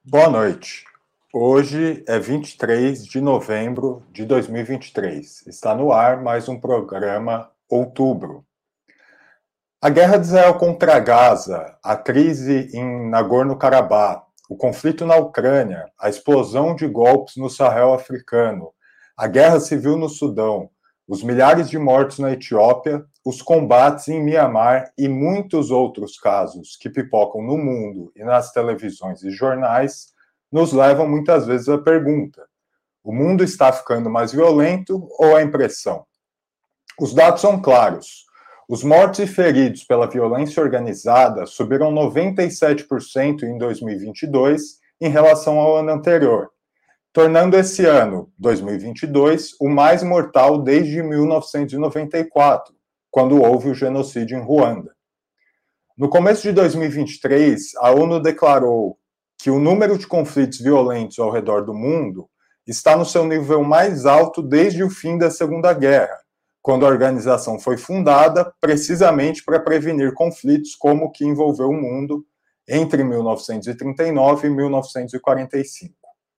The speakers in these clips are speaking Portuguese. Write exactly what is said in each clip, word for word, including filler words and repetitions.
Boa noite. Hoje é vinte e três de novembro de dois mil e vinte e três. Está no ar mais um programa Outubro. A guerra de Israel contra Gaza, a crise em Nagorno-Karabakh, o conflito na Ucrânia, a explosão de golpes no Sahel africano, a guerra civil no Sudão, os milhares de mortos na Etiópia, os combates em Mianmar e muitos outros casos que pipocam no mundo e nas televisões e jornais nos levam muitas vezes à pergunta: o mundo está ficando mais violento ou é impressão? Os dados são claros. Os mortos e feridos pela violência organizada subiram noventa e sete por cento em dois mil e vinte e dois em relação ao ano anterior, tornando esse ano, dois mil e vinte e dois, o mais mortal desde mil novecentos e noventa e quatro, quando houve o genocídio em Ruanda. No começo de dois mil e vinte e três, a ONU declarou que o número de conflitos violentos ao redor do mundo está no seu nível mais alto desde o fim da Segunda Guerra, quando a organização foi fundada precisamente para prevenir conflitos como o que envolveu o mundo entre mil novecentos e trinta e nove e mil novecentos e quarenta e cinco.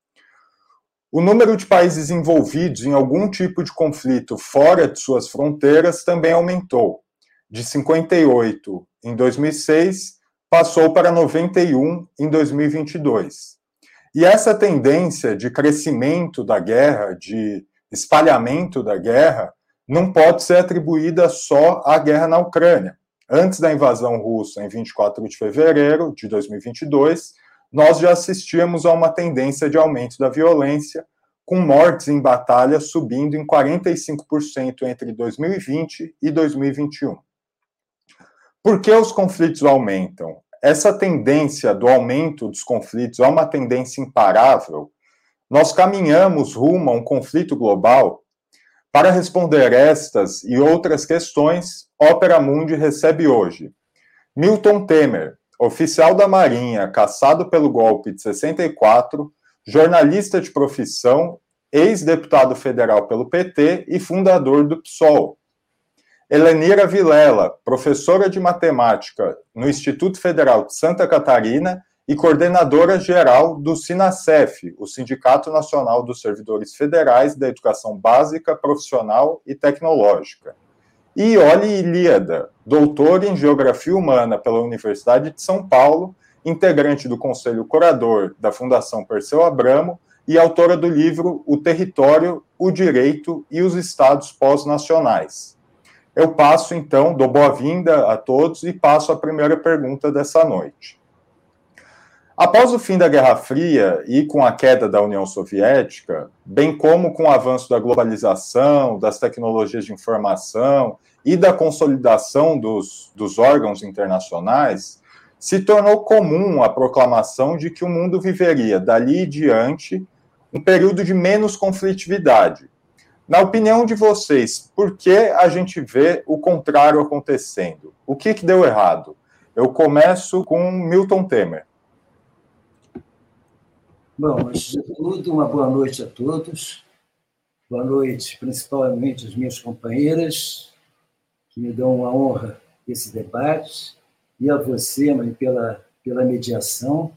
O número de países envolvidos em algum tipo de conflito fora de suas fronteiras também aumentou. De cinquenta e oito em dois mil e seis, passou para noventa e um em dois mil e vinte e dois. E essa tendência de crescimento da guerra, de espalhamento da guerra, não pode ser atribuída só à guerra na Ucrânia. Antes da invasão russa, em vinte e quatro de fevereiro de dois mil e vinte e dois, nós já assistíamos a uma tendência de aumento da violência, com mortes em batalha subindo em quarenta e cinco por cento entre dois mil e vinte e dois mil e vinte e um. Por que os conflitos aumentam? Essa tendência do aumento dos conflitos é uma tendência imparável? Nós caminhamos rumo a um conflito global? Para responder estas e outras questões, Opera Mundi recebe hoje Milton Temer, oficial da Marinha caçado pelo golpe de sessenta e quatro, jornalista de profissão, ex-deputado federal pelo P T e fundador do P SOL. Helenira Vilela, professora de matemática no Instituto Federal de Santa Catarina e coordenadora geral do SINASEF, o Sindicato Nacional dos Servidores Federais da Educação Básica, Profissional e Tecnológica. E Iole Ilíada, doutora em Geografia Humana pela Universidade de São Paulo, integrante do Conselho Curador da Fundação Perseu Abramo e autora do livro O Território, o Direito e os Estados Pós-Nacionais. Eu passo, então, dou boa-vinda a todos e passo a primeira pergunta dessa noite. Após o fim da Guerra Fria e com a queda da União Soviética, bem como com o avanço da globalização, das tecnologias de informação e da consolidação dos, dos órgãos internacionais, se tornou comum a proclamação de que o mundo viveria, dali em diante, um período de menos conflitividade. Na opinião de vocês, por que a gente vê o contrário acontecendo? O que, que deu errado? Eu começo com Milton Temer. Bom, antes de tudo, uma boa noite a todos. Boa noite, principalmente às minhas companheiras, que me dão uma honra esse debate, e a você, mãe, pela, pela mediação.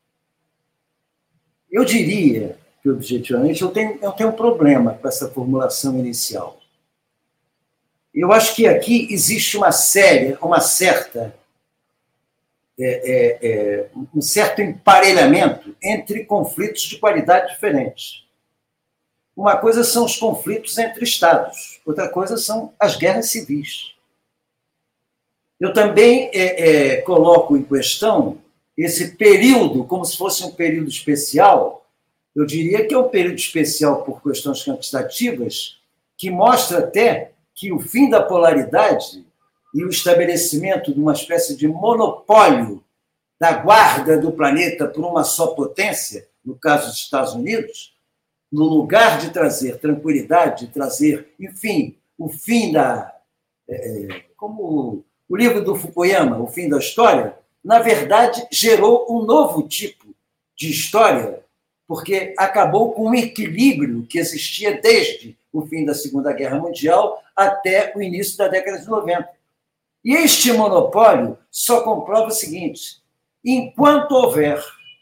Eu diria que, objetivamente, eu tenho, eu tenho um problema com essa formulação inicial. Eu acho que aqui existe uma séria, uma certa... É, é, é, um certo emparelhamento entre conflitos de qualidade diferente. Uma coisa são os conflitos entre Estados, outra coisa são as guerras civis. Eu também é, é, coloco em questão esse período como se fosse um período especial. Eu diria que é um período especial por questões quantitativas, que mostra até que o fim da polaridade e o estabelecimento de uma espécie de monopólio da guarda do planeta por uma só potência, no caso dos Estados Unidos, no lugar de trazer tranquilidade, de trazer, enfim, o fim da... É, como o livro do Fukuyama, O Fim da História, na verdade, gerou um novo tipo de história, porque acabou com um equilíbrio que existia desde o fim da Segunda Guerra Mundial até o início da década de noventa. E este monopólio só comprova o seguinte: enquanto houver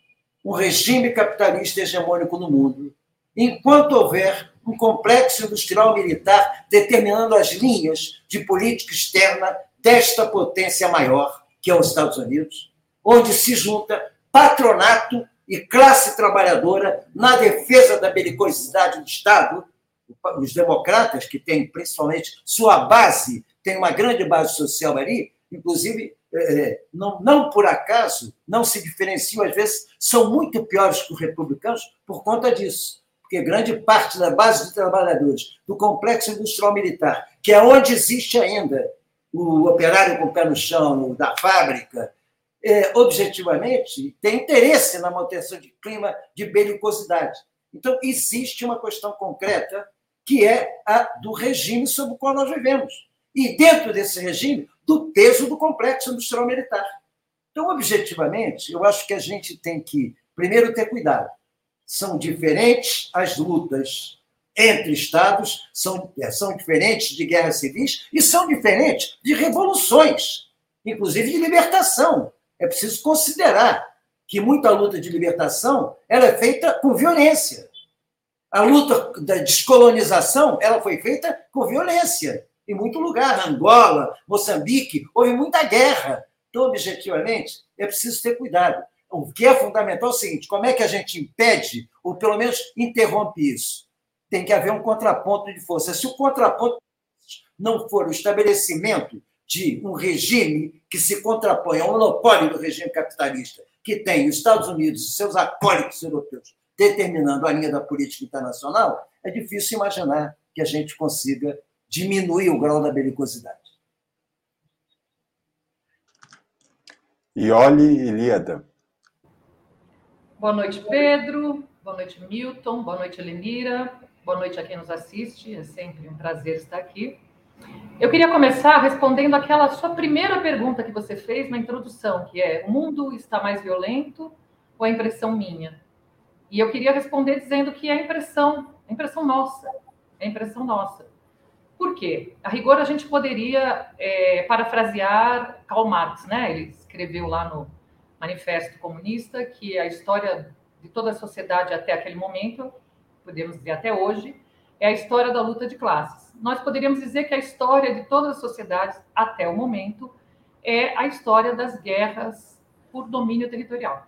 um regime capitalista hegemônico no mundo, enquanto houver um complexo industrial militar determinando as linhas de política externa desta potência maior, que é os Estados Unidos, onde se junta patronato e classe trabalhadora na defesa da belicosidade do Estado. Os democratas, que têm principalmente sua base, tem uma grande base social ali, inclusive, não, não por acaso, não se diferenciam, às vezes, são muito piores que os republicanos por conta disso. Porque grande parte da base de trabalhadores do complexo industrial militar, que é onde existe ainda o operário com o pé no chão da fábrica, é, objetivamente, tem interesse na manutenção de clima de belicosidade. Então, existe uma questão concreta, que é a do regime sob o qual nós vivemos. E, dentro desse regime, do peso do complexo industrial militar. Então, objetivamente, eu acho que a gente tem que, primeiro, ter cuidado. São diferentes as lutas entre Estados, são, são diferentes de guerras civis e são diferentes de revoluções, inclusive de libertação. É preciso considerar que muita luta de libertação ela é feita com violência. A luta da descolonização ela foi feita com violência. Em muito lugar, Angola, Moçambique, houve muita guerra. Então, objetivamente, é preciso ter cuidado. O que é fundamental é o seguinte: como é que a gente impede, ou pelo menos interrompe isso? Tem que haver um contraponto de força. Se o contraponto não for o estabelecimento de um regime que se contrapõe ao monopólio do regime capitalista, que tem os Estados Unidos e seus acólitos europeus determinando a linha da política internacional, é difícil imaginar que a gente consiga diminuir o grau da belicosidade. Iole Ilíada. Boa noite, Pedro. Boa noite, Milton. Boa noite, Elenira. Boa noite a quem nos assiste. É sempre um prazer estar aqui. Eu queria começar respondendo aquela sua primeira pergunta que você fez na introdução, que é: o mundo está mais violento ou é impressão minha? E eu queria responder dizendo que é impressão, é impressão nossa. É impressão nossa. Por quê? A rigor, a gente poderia é, parafrasear Karl Marx, né? Ele escreveu lá no Manifesto Comunista que a história de toda a sociedade até aquele momento, podemos dizer até hoje, é a história da luta de classes. Nós poderíamos dizer que a história de todas as sociedades até o momento é a história das guerras por domínio territorial.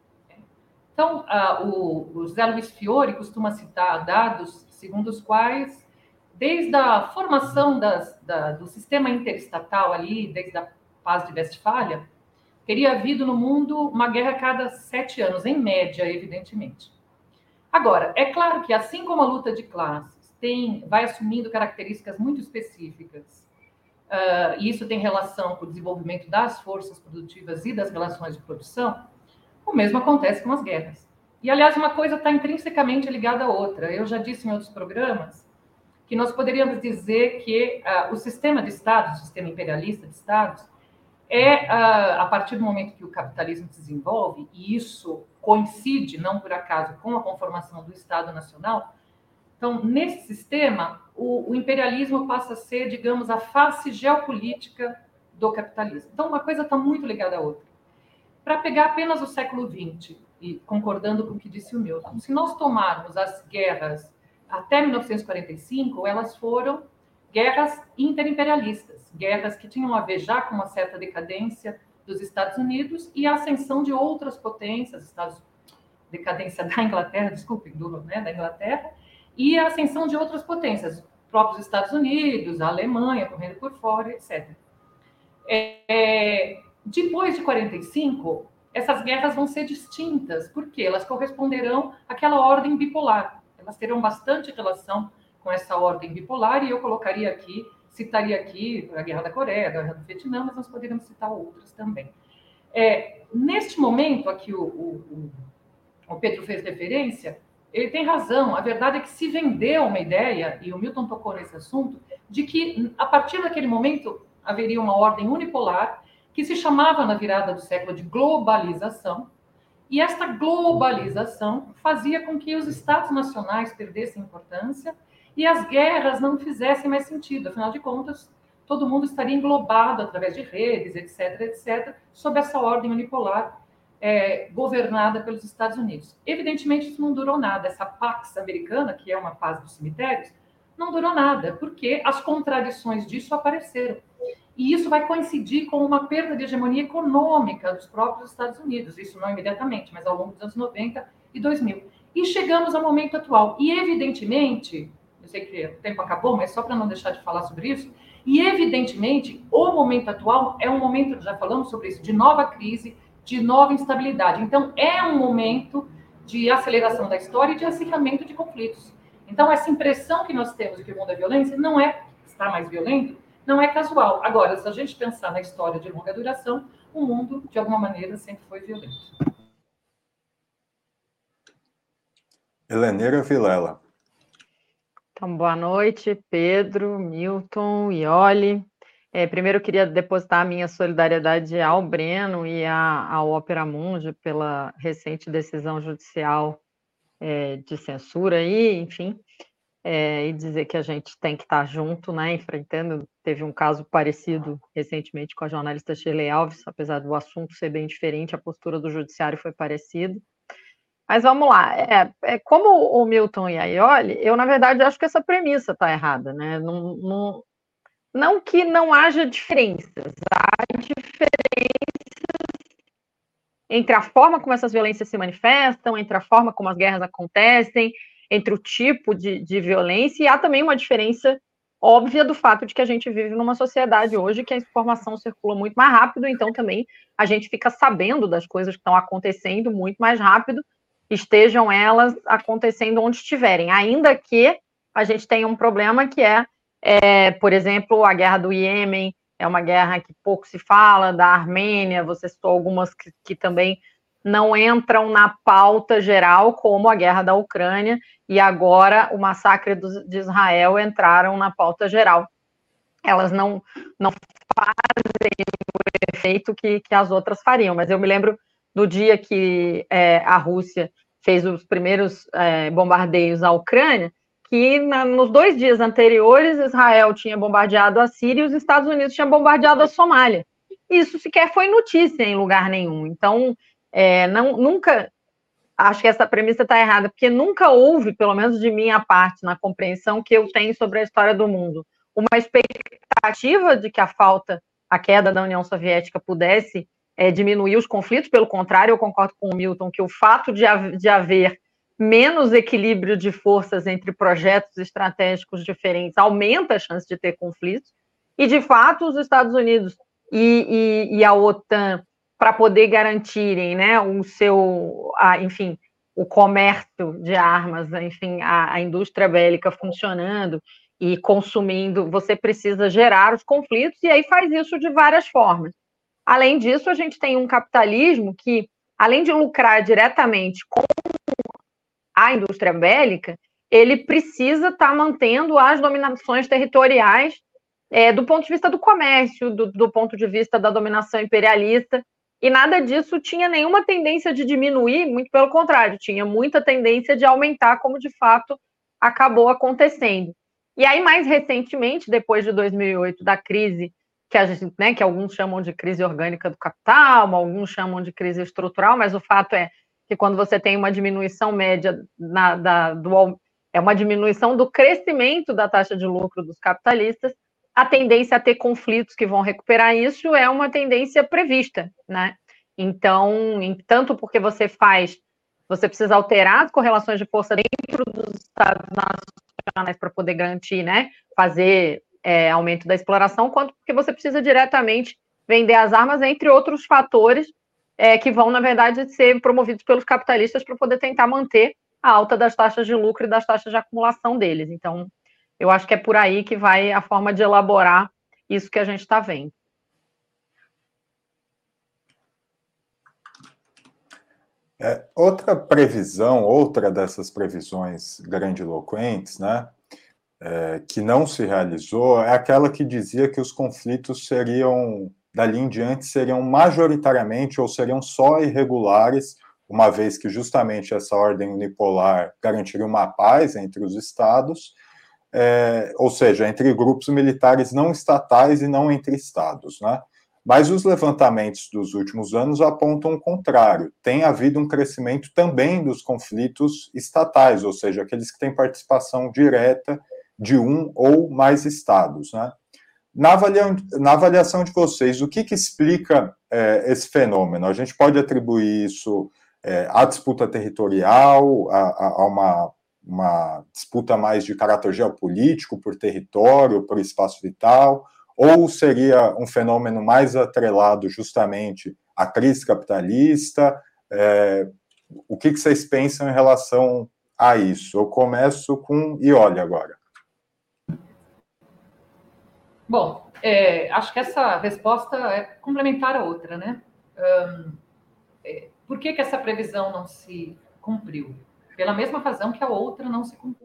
Então, uh, o, o José Luiz Fiore costuma citar dados segundo os quais, desde a formação das, da, do sistema interestatal ali, desde a Paz de Westfália, teria havido no mundo uma guerra a cada sete anos, em média, evidentemente. Agora, é claro que, assim como a luta de classes tem, vai assumindo características muito específicas, uh, e isso tem relação com o desenvolvimento das forças produtivas e das relações de produção, o mesmo acontece com as guerras. E, aliás, uma coisa está intrinsecamente ligada à outra. Eu já disse em outros programas que nós poderíamos dizer que uh, o sistema de Estados, o sistema imperialista de Estados, é, uh, a partir do momento que o capitalismo se desenvolve, e isso coincide, não por acaso, com a conformação do Estado Nacional, então, nesse sistema, o, o imperialismo passa a ser, digamos, a face geopolítica do capitalismo. Então, uma coisa está muito ligada à outra. Para pegar apenas o século vinte, e concordando com o que disse o Milton, se nós tomarmos as guerras até mil novecentos e quarenta e cinco, elas foram guerras interimperialistas, guerras que tinham a ver já com uma certa decadência dos Estados Unidos e a ascensão de outras potências, Estados, decadência da Inglaterra, desculpem, do, né, da Inglaterra, e a ascensão de outras potências, próprios Estados Unidos, a Alemanha, correndo por fora, etcétera. É, depois de quarenta e cinco, essas guerras vão ser distintas, porque elas corresponderão àquela ordem bipolar. Elas terão bastante relação com essa ordem bipolar, e eu colocaria aqui, citaria aqui a Guerra da Coreia, a Guerra do Vietnã, mas nós poderíamos citar outras também. É, neste momento, aqui o, o, o Pedro fez referência, ele tem razão. A verdade é que se vendeu uma ideia, e o Milton tocou nesse assunto, de que, a partir daquele momento, haveria uma ordem unipolar, que se chamava, na virada do século, de globalização, e esta globalização fazia com que os estados nacionais perdessem importância e as guerras não fizessem mais sentido. Afinal de contas, todo mundo estaria englobado através de redes, etc, etcétera, sob essa ordem unipolar é, governada pelos Estados Unidos. Evidentemente, isso não durou nada. Essa Pax americana, que é uma paz dos cemitérios, não durou nada, porque as contradições disso apareceram. E isso vai coincidir com uma perda de hegemonia econômica dos próprios Estados Unidos, isso não imediatamente, mas ao longo dos anos noventa e dois mil. E chegamos ao momento atual. E, evidentemente, eu sei que o tempo acabou, mas só para não deixar de falar sobre isso, e, evidentemente, o momento atual é um momento, já falamos sobre isso, de nova crise, de nova instabilidade. Então, é um momento de aceleração da história e de acirramento de conflitos. Então, essa impressão que nós temos de que o mundo é violência não é, está mais violento, não é casual. Agora, se a gente pensar na história de longa duração, o mundo, de alguma maneira, sempre foi violento. Helenira Vilela. Então, boa noite, Pedro, Milton, Ioli. É, primeiro, eu queria depositar a minha solidariedade ao Breno e à, ao Opera Mundi pela recente decisão judicial é, de censura aí, enfim, é, e dizer que a gente tem que estar junto, né, enfrentando. Teve um caso parecido recentemente com a jornalista Shirley Alves, apesar do assunto ser bem diferente, a postura do judiciário foi parecida. Mas vamos lá, é, é, como o Milton e a Ioli, eu, na verdade, acho que essa premissa está errada, né? Não, não, não que não haja diferenças, há diferenças entre a forma como essas violências se manifestam, entre a forma como as guerras acontecem, entre o tipo de, de violência, e há também uma diferença óbvia do fato de que a gente vive numa sociedade hoje que a informação circula muito mais rápido, então também a gente fica sabendo das coisas que estão acontecendo muito mais rápido, estejam elas acontecendo onde estiverem, ainda que a gente tenha um problema que é, é, por exemplo, a guerra do Iêmen, é uma guerra que pouco se fala, da Armênia, você citou algumas que, que também não entram na pauta geral, como a guerra da Ucrânia, e agora o massacre do, de Israel entraram na pauta geral. Elas não, não fazem o efeito que, que as outras fariam, mas eu me lembro do dia que é, a Rússia fez os primeiros é, bombardeios à Ucrânia, que na, nos dois dias anteriores Israel tinha bombardeado a Síria e os Estados Unidos tinham bombardeado a Somália. Isso sequer foi notícia em lugar nenhum. Então, é, não, nunca... Acho que essa premissa está errada, porque nunca houve, pelo menos de minha parte, na compreensão que eu tenho sobre a história do mundo, uma expectativa de que a falta, a queda da União Soviética pudesse é, diminuir os conflitos. Pelo contrário, eu concordo com o Milton que o fato de, de haver menos equilíbrio de forças entre projetos estratégicos diferentes aumenta a chance de ter conflitos, e, de fato, os Estados Unidos e, e, e a OTAN, para poder garantirem, né, o seu, a, enfim, o comércio de armas, enfim, a, a indústria bélica funcionando e consumindo, você precisa gerar os conflitos, e aí faz isso de várias formas. Além disso, a gente tem um capitalismo que, além de lucrar diretamente com a indústria bélica, ele precisa estar tá mantendo as dominações territoriais é, do ponto de vista do comércio, do, do ponto de vista da dominação imperialista, e nada disso tinha nenhuma tendência de diminuir, muito pelo contrário, tinha muita tendência de aumentar, como de fato acabou acontecendo. E aí, mais recentemente, depois de dois mil e oito, da crise, que, a gente, né, que alguns chamam de crise orgânica do capital, alguns chamam de crise estrutural, mas o fato é que quando você tem uma diminuição média, na, da, do, é uma diminuição do crescimento da taxa de lucro dos capitalistas, a tendência a ter conflitos que vão recuperar isso é uma tendência prevista, né? Então, tanto porque você faz, você precisa alterar as correlações de força dentro dos Estados nacionais para poder garantir, né, fazer é, aumento da exploração, quanto porque você precisa diretamente vender as armas, entre outros fatores é, que vão, na verdade, ser promovidos pelos capitalistas para poder tentar manter a alta das taxas de lucro e das taxas de acumulação deles. Então, eu acho que é por aí que vai a forma de elaborar isso que a gente está vendo. É, outra previsão, outra dessas previsões grandiloquentes, né, é, que não se realizou, é aquela que dizia que os conflitos seriam, dali em diante, seriam majoritariamente ou seriam só irregulares, uma vez que justamente essa ordem unipolar garantiria uma paz entre os estados, É, ou seja, entre grupos militares não estatais e não entre estados, né? Mas os levantamentos dos últimos anos apontam o contrário. Tem havido um crescimento também dos conflitos estatais, ou seja, aqueles que têm participação direta de um ou mais estados, né? Na, avalia, na avaliação de vocês, o que, que explica é, esse fenômeno? A gente pode atribuir isso é, à disputa territorial, a, a uma, uma disputa mais de caráter geopolítico, por território, por espaço vital, ou seria um fenômeno mais atrelado justamente à crise capitalista? É, o que, que vocês pensam em relação a isso? Eu começo com Iole agora. Bom, é, acho que essa resposta é complementar a outra, né? Um, é, por que, que essa previsão não se cumpriu? Pela mesma razão que a outra não se cumpriu.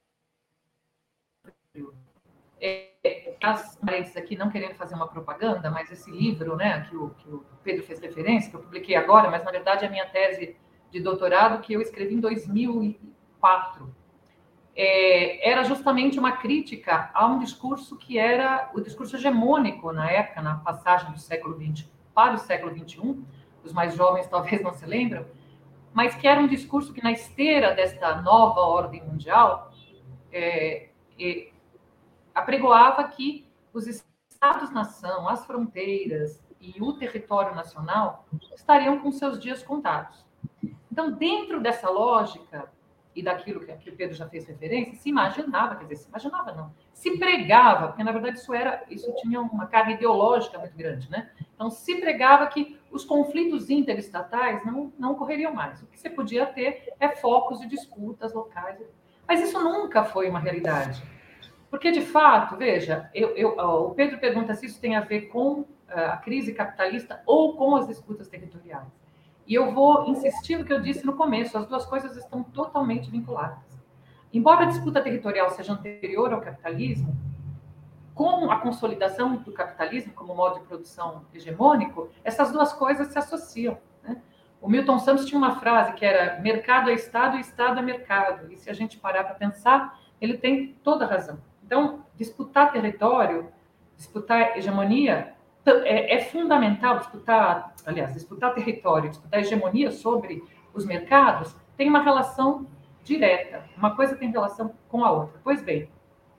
É, as parentes aqui, não querendo fazer uma propaganda, mas esse livro, né, que o, que o Pedro fez referência, que eu publiquei agora, mas na verdade é a minha tese de doutorado, que eu escrevi em dois mil e quatro, é, era justamente uma crítica a um discurso que era o discurso hegemônico na época, na passagem do século vinte para o século vinte e um, os mais jovens talvez não se lembram, mas que era um discurso que na esteira desta nova ordem mundial é, é, apregoava que os estados-nação, as fronteiras e o território nacional estariam com seus dias contados. Então, dentro dessa lógica e daquilo que o Pedro já fez referência, se imaginava, quer dizer, se imaginava não, se pregava, porque na verdade isso era, isso tinha uma carga ideológica muito grande, né? Então, se pregava que os conflitos interestatais não, não ocorreriam mais. O que você podia ter é focos de disputas locais. Mas isso nunca foi uma realidade. Porque, de fato, veja, eu, eu, o Pedro pergunta se isso tem a ver com a crise capitalista ou com as disputas territoriais. E eu vou insistir no que eu disse no começo, as duas coisas estão totalmente vinculadas. Embora a disputa territorial seja anterior ao capitalismo, com a consolidação do capitalismo como modo de produção hegemônico, essas duas coisas se associam, né? O Milton Santos tinha uma frase que era mercado é Estado e Estado é mercado. E se a gente parar para pensar, ele tem toda a razão. Então, disputar território, disputar hegemonia, é, é fundamental. Disputar, aliás, disputar território, disputar hegemonia sobre os mercados tem uma relação direta. Uma coisa tem relação com a outra. Pois bem,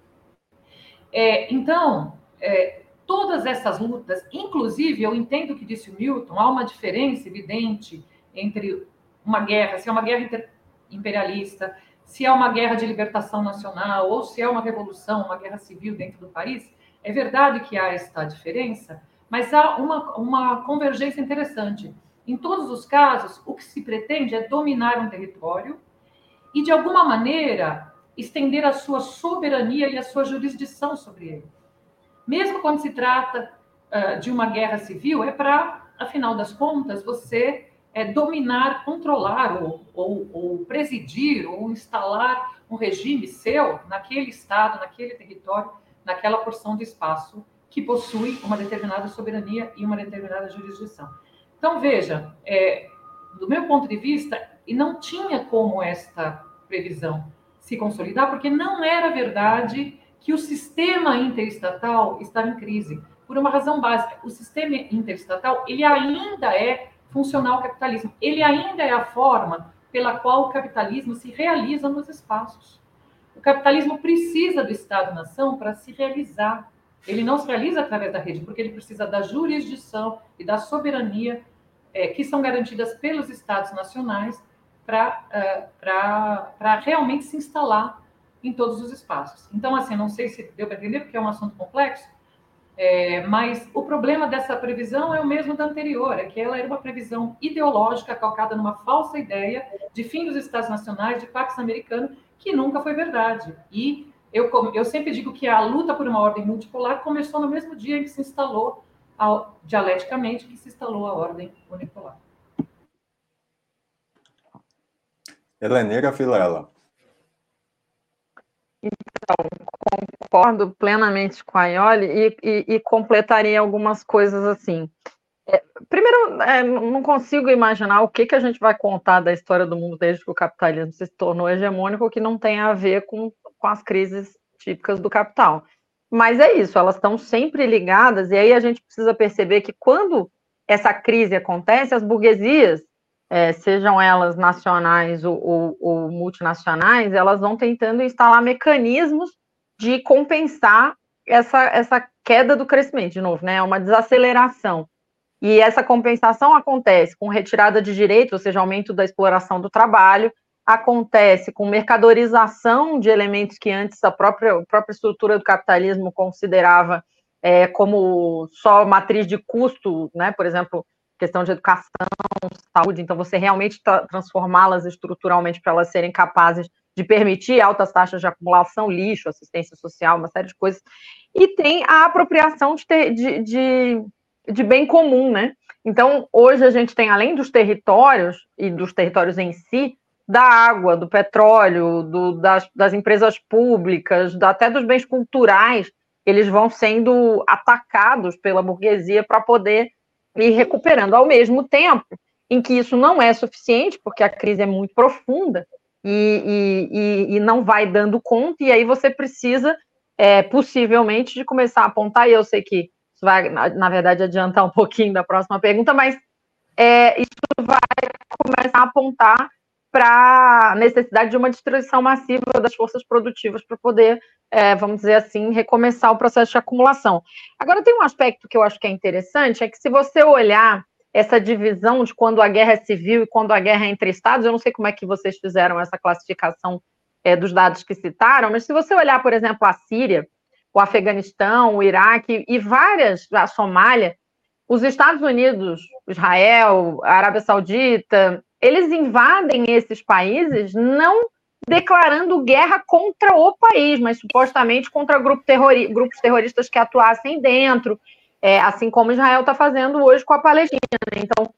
é, então, é, todas essas lutas, inclusive, eu entendo o que disse o Milton, há uma diferença evidente entre uma guerra, se é uma guerra imperialista, se é uma guerra de libertação nacional, ou se é uma revolução, uma guerra civil dentro do país. É verdade que há esta diferença, mas há uma, uma convergência interessante. Em todos os casos, o que se pretende é dominar um território e, de alguma maneira, estender a sua soberania e a sua jurisdição sobre ele. Mesmo quando se trata uh, de uma guerra civil, é para, afinal das contas, você é, dominar, controlar ou, ou, ou presidir ou instalar um regime seu naquele estado, naquele território, naquela porção de espaço que possui uma determinada soberania e uma determinada jurisdição. Então, veja, é, do meu ponto de vista, e não tinha como esta previsão se consolidar, porque não era verdade que o sistema interestatal estava em crise, por uma razão básica. O sistema interestatal, ele ainda é funcional ao capitalismo, ele ainda é a forma pela qual o capitalismo se realiza nos espaços. O capitalismo precisa do Estado-nação para se realizar. Ele não se realiza através da rede, porque ele precisa da jurisdição e da soberania é, que são garantidas pelos Estados nacionais para uh, realmente se instalar em todos os espaços. Então, assim, não sei se deu para entender, porque é um assunto complexo, é, mas o problema dessa previsão é o mesmo da anterior, é que ela era uma previsão ideológica calcada numa falsa ideia de fim dos Estados nacionais, de Pax Americano, que nunca foi verdade. E eu, eu sempre digo que a luta por uma ordem multipolar começou no mesmo dia em que se instalou, a, dialeticamente, que se instalou a ordem unipolar. Heleneira Vilela. Então, concordo plenamente com a Iole e, e, e completaria algumas coisas assim. É, primeiro, é, não consigo imaginar o que, que a gente vai contar da história do mundo desde que o capitalismo se tornou hegemônico que não tem a ver com, com as crises típicas do capital. mas é isso, elas estão sempre ligadas, e aí a gente precisa perceber que quando essa crise acontece, as burguesias, é, sejam elas nacionais ou, ou, ou multinacionais, elas vão tentando instalar mecanismos de compensar essa, essa queda do crescimento, de novo, né? Uma desaceleração. E essa compensação acontece com retirada de direitos, ou seja, aumento da exploração do trabalho, acontece com mercadorização de elementos que antes a própria, a própria estrutura do capitalismo considerava é, como só matriz de custo, né? Por exemplo, questão de educação, saúde, então você realmente tra- transformá-las estruturalmente para elas serem capazes de permitir altas taxas de acumulação, lixo, assistência social, uma série de coisas. E tem a apropriação de, ter, de, de, de bem comum, né? Então, hoje a gente tem, além dos territórios e dos territórios em si, da água, do petróleo, do, das, das empresas públicas, da, até dos bens culturais, eles vão sendo atacados pela burguesia para poder ir recuperando. Ao mesmo tempo em que isso não é suficiente, porque a crise é muito profunda e, e, e não vai dando conta, e aí você precisa, é, possivelmente, de começar a apontar, e eu sei que isso vai, na, na verdade, adiantar um pouquinho da próxima pergunta, mas é, isso vai começar a apontar para a necessidade de uma destruição massiva das forças produtivas para poder, é, vamos dizer assim, recomeçar o processo de acumulação. Agora, tem um aspecto que eu acho que é interessante, é que se você olhar essa divisão de quando a guerra é civil e quando a guerra é entre estados, eu não sei como é que vocês fizeram essa classificação é, dos dados que citaram, mas se você olhar, por exemplo, a Síria, o Afeganistão, o Iraque e várias, a Somália, os Estados Unidos, Israel, a Arábia Saudita, eles invadem esses países não declarando guerra contra o país, mas supostamente contra grupo terrori- grupos terroristas que atuassem dentro, é, assim como Israel está fazendo hoje com a Palestina. Então,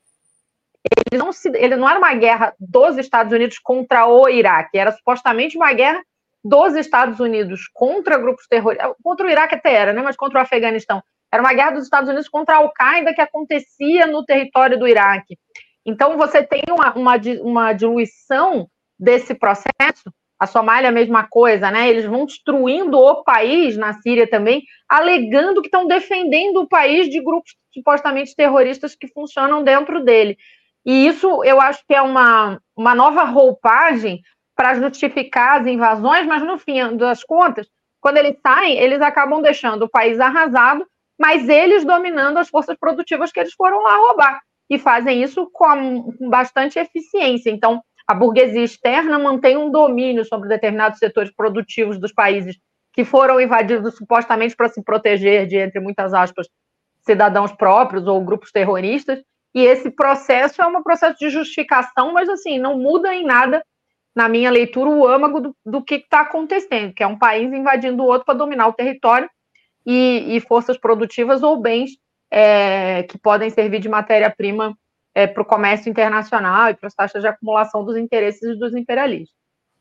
ele não, se, ele não era uma guerra dos Estados Unidos contra o Iraque, era supostamente uma guerra dos Estados Unidos contra grupos terroristas, contra o Iraque até era, né, mas contra o Afeganistão. Era uma guerra dos Estados Unidos contra a Al-Qaeda que acontecia no território do Iraque. Então, você tem uma, uma, uma diluição desse processo. A Somália, a mesma coisa, né? Eles vão destruindo o país, na Síria também, alegando que estão defendendo o país de grupos supostamente terroristas que funcionam dentro dele. E isso, eu acho que é uma, uma nova roupagem para justificar as invasões, mas, no fim das contas, quando eles saem, eles acabam deixando o país arrasado, mas eles dominando as forças produtivas que eles foram lá roubar. E fazem isso com bastante eficiência. Então, a burguesia externa mantém um domínio sobre determinados setores produtivos dos países que foram invadidos supostamente para se proteger de, entre muitas aspas, cidadãos próprios ou grupos terroristas. E esse processo é um processo de justificação, mas, assim, não muda em nada, na minha leitura, o âmago do, do que está acontecendo, que é um país invadindo o outro para dominar o território e, e forças produtivas ou bens É, que podem servir de matéria-prima é, para o comércio internacional e para as taxas de acumulação dos interesses dos imperialistas.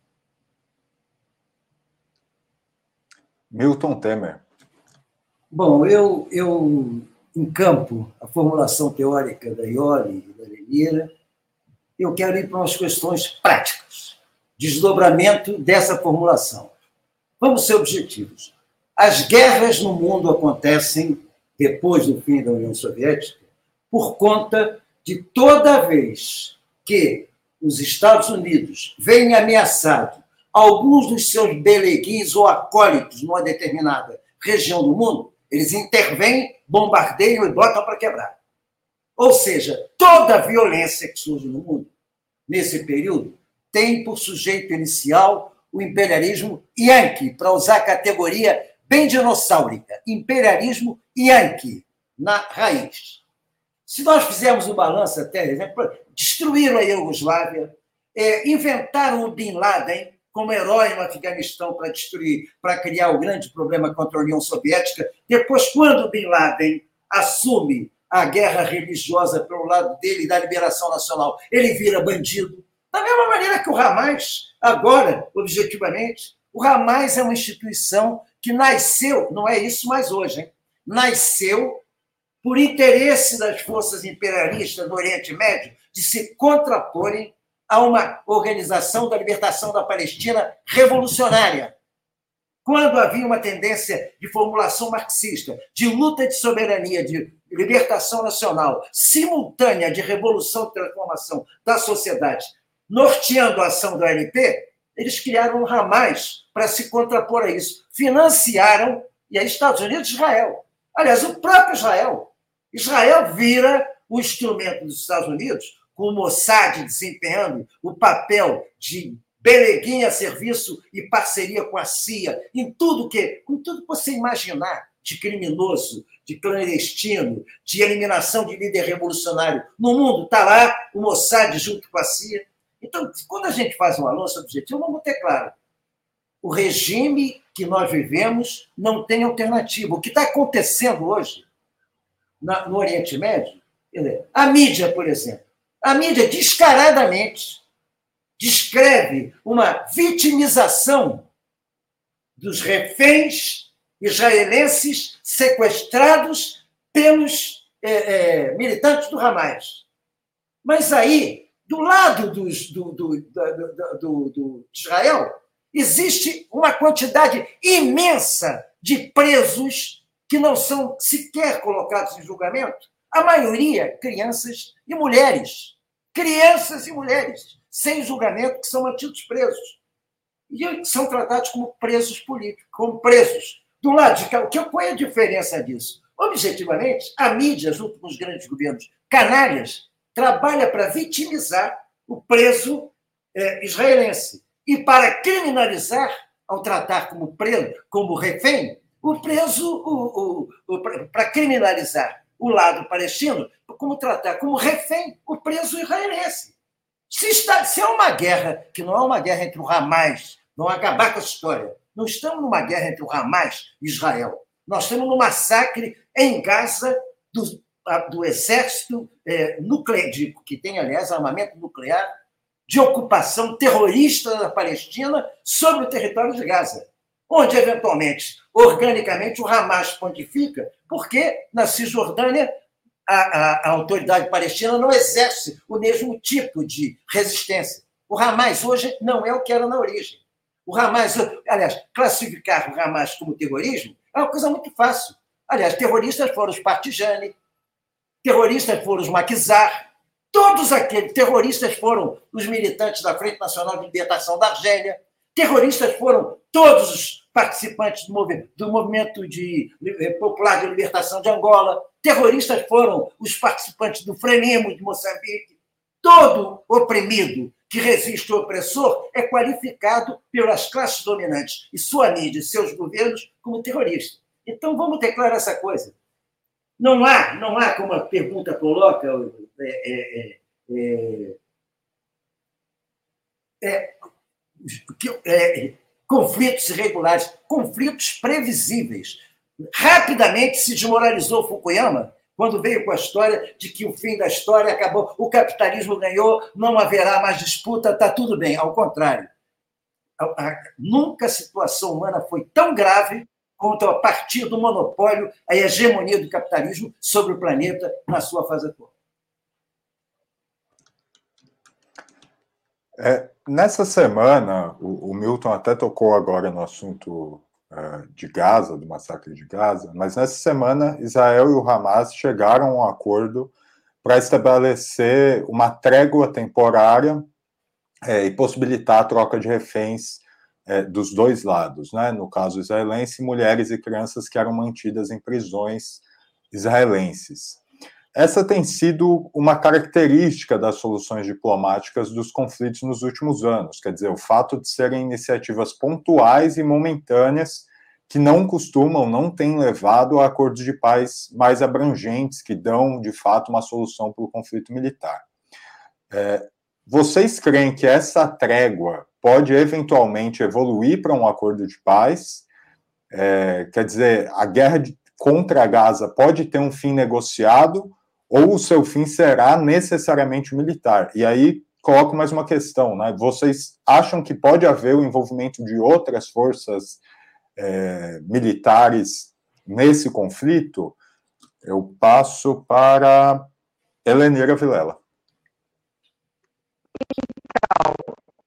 Milton Temer. Bom, eu, eu encampo a formulação teórica da Iole e da Lenira, eu quero ir para umas questões práticas, desdobramento dessa formulação. Vamos ser objetivos. As guerras no mundo acontecem depois do fim da União Soviética, por conta de toda vez que os Estados Unidos veem ameaçado alguns dos seus beleguins ou acólitos numa determinada região do mundo, eles intervêm, bombardeiam e botam para quebrar. Ou seja, toda a violência que surge no mundo, nesse período, tem por sujeito inicial o imperialismo yankee, para usar a categoria bem dinossáurica, imperialismo yankee, na raiz. Se nós fizermos um balanço até, exemplo, destruíram a Iugoslávia, é, inventaram o Bin Laden como herói no Afeganistão para destruir, para criar o grande problema contra a União Soviética. Depois, quando o Bin Laden assume a guerra religiosa pelo lado dele da liberação nacional, ele vira bandido. Da mesma maneira que o Hamas, agora, objetivamente, o Hamas é uma instituição que nasceu, não é isso mais hoje, hein? Nasceu por interesse das forças imperialistas do Oriente Médio de se contraporem a uma organização da libertação da Palestina revolucionária, quando havia uma tendência de formulação marxista, de luta de soberania, de libertação nacional, simultânea de revolução e transformação da sociedade, norteando a ação do A N P, eles criaram um Hamas para se contrapor a isso. Financiaram, e aí Estados Unidos e Israel. Aliás, o próprio Israel. Israel vira o instrumento dos Estados Unidos, com o Mossad desempenhando o papel de beleguinha a serviço e parceria com a C I A, em tudo que, em tudo que você imaginar de criminoso, de clandestino, de eliminação de líder revolucionário no mundo, está lá o Mossad junto com a C I A. Então, quando a gente faz um anúncio objetivo, vamos ter claro, o regime que nós vivemos não tem alternativa. O que está acontecendo hoje na, no Oriente Médio, a mídia, por exemplo, a mídia descaradamente descreve uma vitimização dos reféns israelenses sequestrados pelos é, é, militantes do Hamas. Mas aí, do lado dos, do, do, do, do, do, de Israel, existe uma quantidade imensa de presos que não são sequer colocados em julgamento, a maioria crianças e mulheres. Crianças e mulheres, sem julgamento, que são mantidos presos. E são tratados como presos políticos, como presos. Do lado de cá, qual é a diferença disso? Objetivamente, a mídia, junto com os grandes governos canalhas, trabalha para vitimizar o preso eh, israelense e para criminalizar, ao tratar como preso, como refém, o preso, o, o, o, para criminalizar o lado palestino, como tratar como refém o preso israelense. Se, está, se é uma guerra, que não é uma guerra entre o Hamas, não acabar com essa história, não estamos numa guerra entre o Hamas e Israel. Nós estamos num massacre em Gaza do, do exército é, nuclear, que tem, aliás, armamento nuclear, de ocupação terrorista da Palestina sobre o território de Gaza, onde, eventualmente, organicamente, o Hamas pontifica, porque na Cisjordânia a, a, a autoridade palestina não exerce o mesmo tipo de resistência. O Hamas hoje não é o que era na origem. O Hamas, aliás, classificar o Hamas como terrorismo é uma coisa muito fácil. Aliás, terroristas foram os Partizani, terroristas foram os Maquisar, todos aqueles terroristas foram os militantes da Frente Nacional de Libertação da Argélia, terroristas foram todos os participantes do movimento, do movimento de, popular de libertação de Angola, terroristas foram os participantes do Frelimo de Moçambique. Todo oprimido que resiste ao opressor é qualificado pelas classes dominantes e sua mídia e seus governos como terrorista. Então, vamos declarar essa coisa. Não há, não há, como a pergunta coloca, é, é, é, é, é, conflitos irregulares, conflitos previsíveis. Rapidamente se desmoralizou Fukuyama quando veio com a história de que o fim da história acabou, o capitalismo ganhou, não haverá mais disputa, está tudo bem. Ao contrário, nunca a situação humana foi tão grave quanto a partir do monopólio, a hegemonia do capitalismo sobre o planeta na sua fase atual. É, nessa semana, o, o Milton até tocou agora no assunto uh, de Gaza, do massacre de Gaza, mas nessa semana Israel e o Hamas chegaram a um acordo para estabelecer uma trégua temporária é, e possibilitar a troca de reféns é, dos dois lados, né? No caso israelense, mulheres e crianças que eram mantidas em prisões israelenses. Essa tem sido uma característica das soluções diplomáticas dos conflitos nos últimos anos, quer dizer, o fato de serem iniciativas pontuais e momentâneas que não costumam, não têm levado a acordos de paz mais abrangentes, que dão, de fato, uma solução para o conflito militar. É, vocês creem que essa trégua pode, eventualmente, evoluir para um acordo de paz? É, quer dizer, a guerra de, contra Gaza pode ter um fim negociado ou o seu fim será necessariamente militar? E aí, coloco mais uma questão, né? Vocês acham que pode haver o envolvimento de outras forças é, militares nesse conflito? Eu passo para Helenira Vilela. Então, é,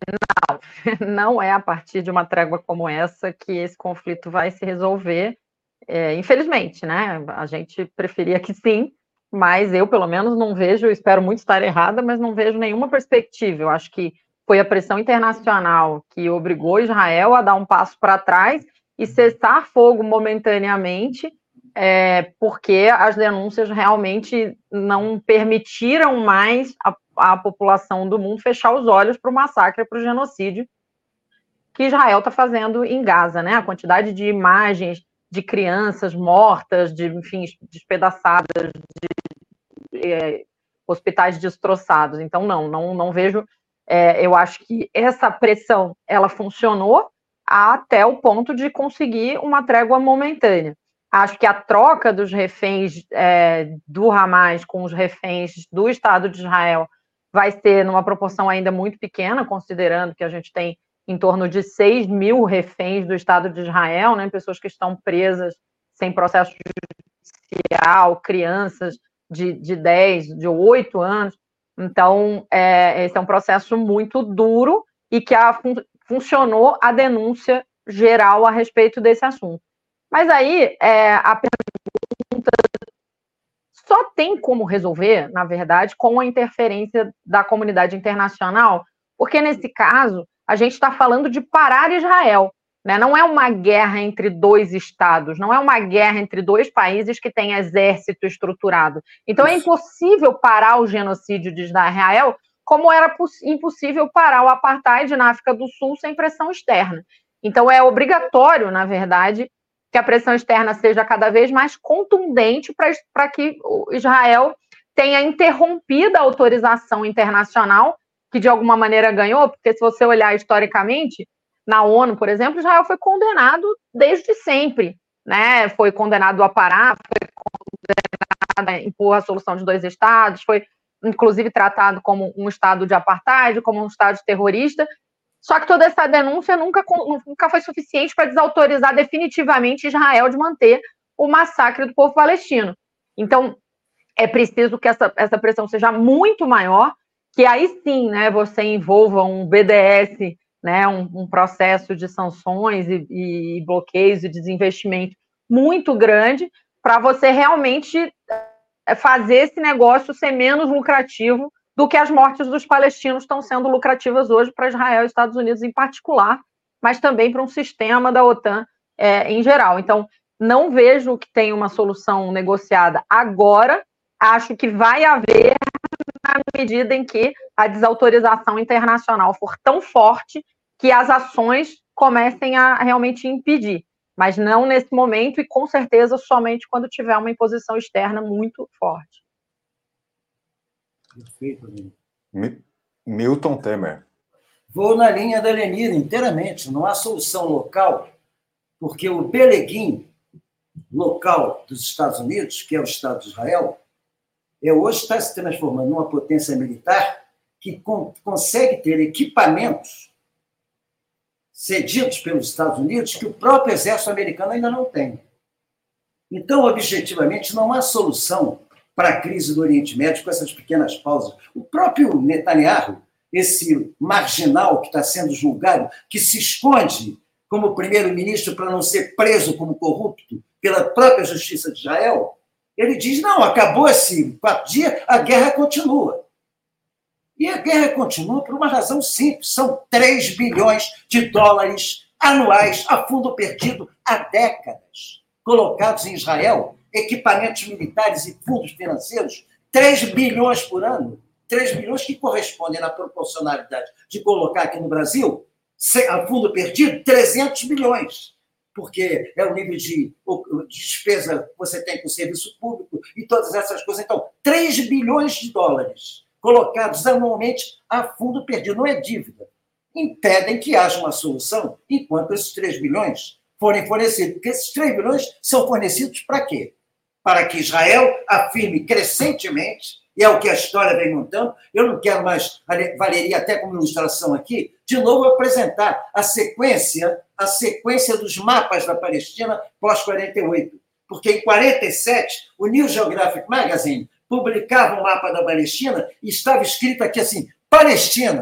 Não, não é a partir de uma trégua como essa que esse conflito vai se resolver, é, infelizmente, né? A gente preferia que sim, mas eu, pelo menos, não vejo, espero muito estar errada, mas não vejo nenhuma perspectiva. Eu acho que foi a pressão internacional que obrigou Israel a dar um passo para trás e cessar fogo momentaneamente, é, porque as denúncias realmente não permitiram mais a, a população do mundo fechar os olhos para o massacre, para o genocídio que Israel está fazendo em Gaza, né? A quantidade de imagens de crianças mortas, de, enfim, despedaçadas, de é, hospitais destroçados. Então, não, não, não vejo. É, eu acho que essa pressão ela funcionou até o ponto de conseguir uma trégua momentânea. Acho que a troca dos reféns é, do Hamas com os reféns do Estado de Israel vai ser numa proporção ainda muito pequena, considerando que a gente tem em torno de seis mil reféns do Estado de Israel, né, pessoas que estão presas sem processo judicial, crianças de, de dez, de oito anos. Então, é, esse é um processo muito duro e que a, fun, funcionou a denúncia geral a respeito desse assunto. Mas aí, é, a pergunta só tem como resolver, na verdade, com a interferência da comunidade internacional, porque, nesse caso, a gente está falando de parar Israel, né? Não é uma guerra entre dois estados, não é uma guerra entre dois países que têm exército estruturado. Então, é impossível parar o genocídio de Israel, como era impossível parar o apartheid na África do Sul sem pressão externa. Então, é obrigatório, na verdade, que a pressão externa seja cada vez mais contundente para que Israel tenha interrompido a autorização internacional, que de alguma maneira ganhou, porque se você olhar historicamente, na ONU, por exemplo, Israel foi condenado desde sempre, né? Foi condenado a parar, foi condenado a impor a solução de dois estados, foi inclusive tratado como um estado de apartheid, como um estado terrorista. Só que toda essa denúncia nunca, nunca foi suficiente para desautorizar definitivamente Israel de manter o massacre do povo palestino. Então, é preciso que essa, essa pressão seja muito maior, que aí sim, né, você envolva um B D S, né, um, um processo de sanções e, e bloqueios e desinvestimento muito grande para você realmente fazer esse negócio ser menos lucrativo do que as mortes dos palestinos estão sendo lucrativas hoje para Israel e Estados Unidos em particular, mas também para um sistema da OTAN é, em geral. Então, não vejo que tenha uma solução negociada agora, acho que vai haver na medida em que a desautorização internacional for tão forte que as ações comecem a realmente impedir, mas não nesse momento e com certeza somente quando tiver uma imposição externa muito forte. Perfeito, Milton Temer. Vou na linha da Lenira inteiramente. Não há solução local, porque o Beleguim local dos Estados Unidos, que é o Estado de Israel, é, hoje está se transformando numa potência militar que com, consegue ter equipamentos cedidos pelos Estados Unidos que o próprio exército americano ainda não tem. Então, objetivamente, não há solução para a crise do Oriente Médio com essas pequenas pausas. O próprio Netanyahu, esse marginal que está sendo julgado, que se esconde como primeiro-ministro para não ser preso como corrupto pela própria justiça de Israel, ele diz, não, acabou esse quatro dias, a guerra continua. E a guerra continua por uma razão simples, são três bilhões de dólares anuais a fundo perdido há décadas, colocados em Israel, equipamentos militares e fundos financeiros, três bilhões por ano, três bilhões que correspondem na proporcionalidade de colocar aqui no Brasil, a fundo perdido, trezentos bilhões, porque é o nível de despesa que você tem com o serviço público e todas essas coisas. Então, três bilhões de dólares colocados anualmente a fundo perdido, não é dívida, impedem que haja uma solução enquanto esses três bilhões forem fornecidos. Porque esses três bilhões são fornecidos para quê? Para que Israel afirme crescentemente, e é o que a história vem montando, eu não quero mais, valeria até como ilustração aqui, de novo apresentar a sequência, a sequência dos mapas da Palestina pós-quarenta e oito. Porque em quarenta e sete, o New Geographic Magazine publicava um mapa da Palestina e estava escrito aqui assim, Palestina,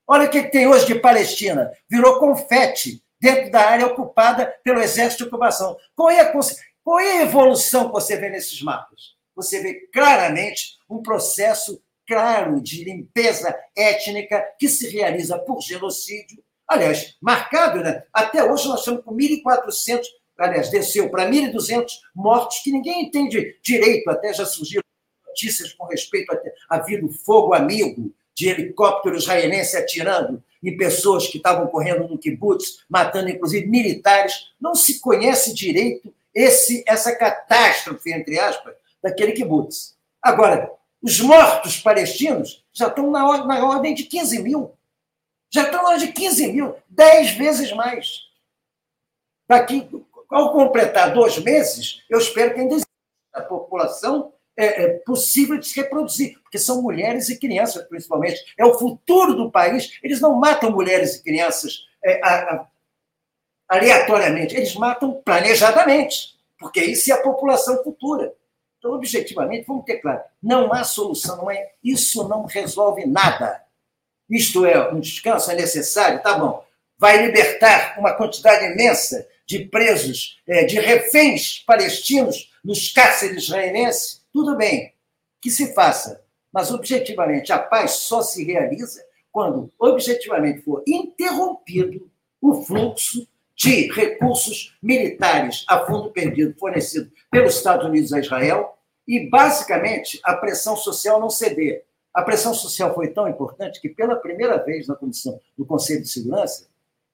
Olha o que tem hoje de Palestina. Virou confete dentro da área ocupada pelo exército de ocupação. Qual é a, qual é a evolução que você vê nesses mapas? Você vê claramente um processo claro de limpeza étnica que se realiza por genocídio. Aliás, marcado, né? Até hoje nós estamos com mil e quatrocentos, aliás, desceu para mil e duzentos mortos, que ninguém entende direito, até já surgiram notícias com respeito a havido fogo amigo de helicóptero israelense atirando em pessoas que estavam correndo no kibbutz, matando inclusive militares. Não se conhece direito esse, essa catástrofe, entre aspas, daquele kibbutz. Agora, os mortos palestinos já estão na, or na ordem de quinze mil. Já estão na ordem de quinze mil, dez vezes mais. Daqui, ao completar dois meses, eu espero que ainda exista a população é, é possível de se reproduzir, porque são mulheres e crianças, principalmente. É o futuro do país. Eles não matam mulheres e crianças é, a, a, aleatoriamente, eles matam planejadamente, porque isso é a população futura. Então, objetivamente, vamos ter claro, não há solução, não é, isso não resolve nada. Isto é, um descanso é necessário, tá bom, vai libertar uma quantidade imensa de presos, de reféns palestinos nos cárceres israelenses, tudo bem, que se faça, mas objetivamente a paz só se realiza quando objetivamente for interrompido o fluxo de recursos militares a fundo perdido fornecido pelos Estados Unidos a Israel e, basicamente, a pressão social não ceder. A pressão social foi tão importante que, pela primeira vez na comissão do Conselho de Segurança,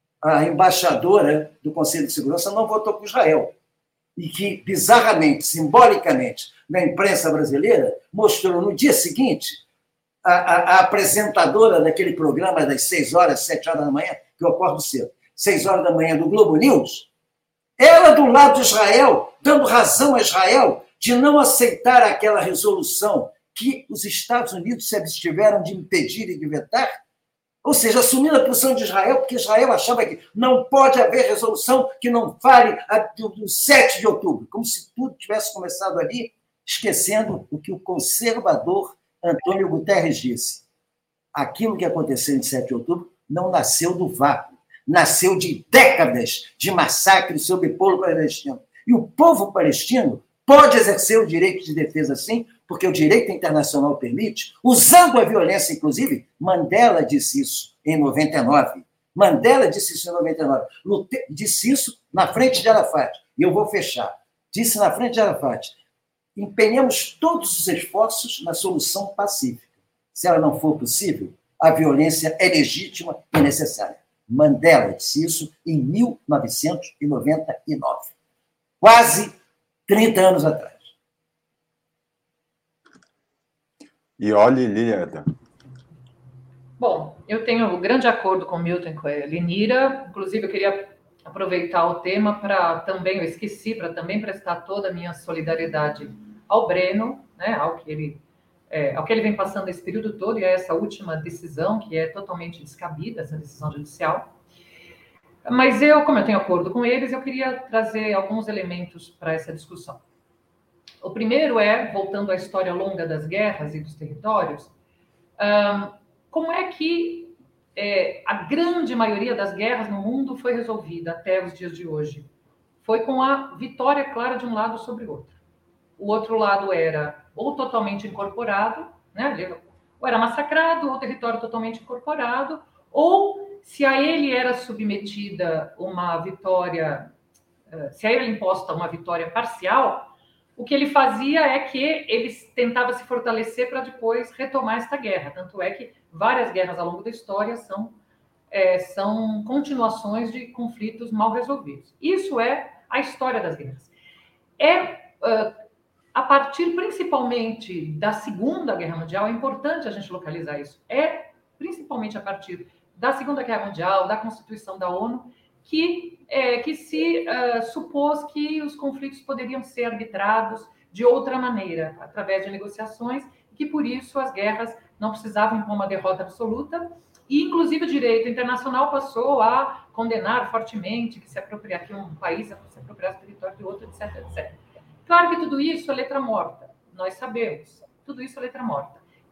a embaixadora do Conselho de Segurança não votou com Israel. E que, bizarramente, simbolicamente, na imprensa brasileira, mostrou no dia seguinte a, a, a apresentadora daquele programa das seis horas, sete horas da manhã, que eu acordo cedo, seis horas da manhã, do Globo News, ela do lado de Israel, dando razão a Israel de não aceitar aquela resolução que os Estados Unidos se abstiveram de impedir e de vetar, ou seja, assumindo a posição de Israel, porque Israel achava que não pode haver resolução que não fale do sete de outubro, como se tudo tivesse começado ali, esquecendo o que o conservador Antônio Guterres disse. Aquilo que aconteceu em sete de outubro não nasceu do vácuo, nasceu de décadas de massacre sobre o povo palestino. E o povo palestino pode exercer o direito de defesa, sim, porque o direito internacional permite, usando a violência, inclusive. Mandela disse isso em noventa e nove. Mandela disse isso em noventa e nove. Disse isso na frente de Arafat. E eu vou fechar. Disse na frente de Arafat: empenhemos todos os esforços na solução pacífica. Se ela não for possível, a violência é legítima e necessária. Mandela disse isso em mil novecentos e noventa e nove. Quase trinta anos atrás. E olhe, Líada. Bom, eu tenho um grande acordo com o Milton e com a Elenira. Inclusive, eu queria aproveitar o tema para também, eu esqueci, para também prestar toda a minha solidariedade ao Breno, né, ao que ele, é, ao que ele vem passando esse período todo, e a essa última decisão, que é totalmente descabida, essa decisão judicial. Mas eu, como eu tenho acordo com eles, eu queria trazer alguns elementos para essa discussão. O primeiro é, voltando à história longa das guerras e dos territórios, como é que é, a grande maioria das guerras no mundo foi resolvida até os dias de hoje? Foi com a vitória clara de um lado sobre o outro. O outro lado era ou totalmente incorporado, né? Ou era massacrado, ou território totalmente incorporado, ou se a ele era submetida uma vitória, se a ele imposta uma vitória parcial, o que ele fazia é que ele tentava se fortalecer para depois retomar esta guerra. Tanto é que várias guerras ao longo da história são, é, são continuações de conflitos mal resolvidos. Isso é a história das guerras. É, uh, a partir principalmente da Segunda Guerra Mundial, é importante a gente localizar isso, é principalmente a partir da Segunda Guerra Mundial, da Constituição da ONU, que, é, que se uh, supôs que os conflitos poderiam ser arbitrados de outra maneira, através de negociações, que por isso as guerras não precisavam impor uma derrota absoluta, e inclusive o direito internacional passou a condenar fortemente que se apropriar, que um país se apropriasse do território do outro, etc, etcétera. Claro que tudo isso é letra morta, nós sabemos, tudo isso é letra morta. E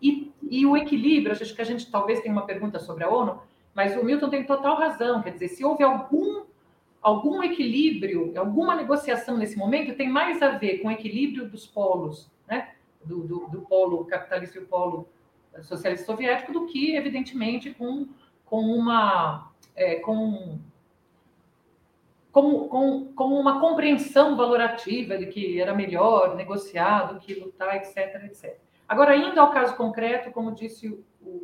E o equilíbrio, acho que a gente talvez tenha uma pergunta sobre a ONU, mas o Milton tem total razão, quer dizer, se houve algum, algum equilíbrio, alguma negociação nesse momento, tem mais a ver com o equilíbrio dos polos, né? do, do, do polo capitalista e o polo socialista soviético, do que, evidentemente, com, com uma... É, com, com, com, com uma compreensão valorativa de que era melhor negociar do que lutar, etc, etcétera. Agora, indo ao caso concreto, como disse o,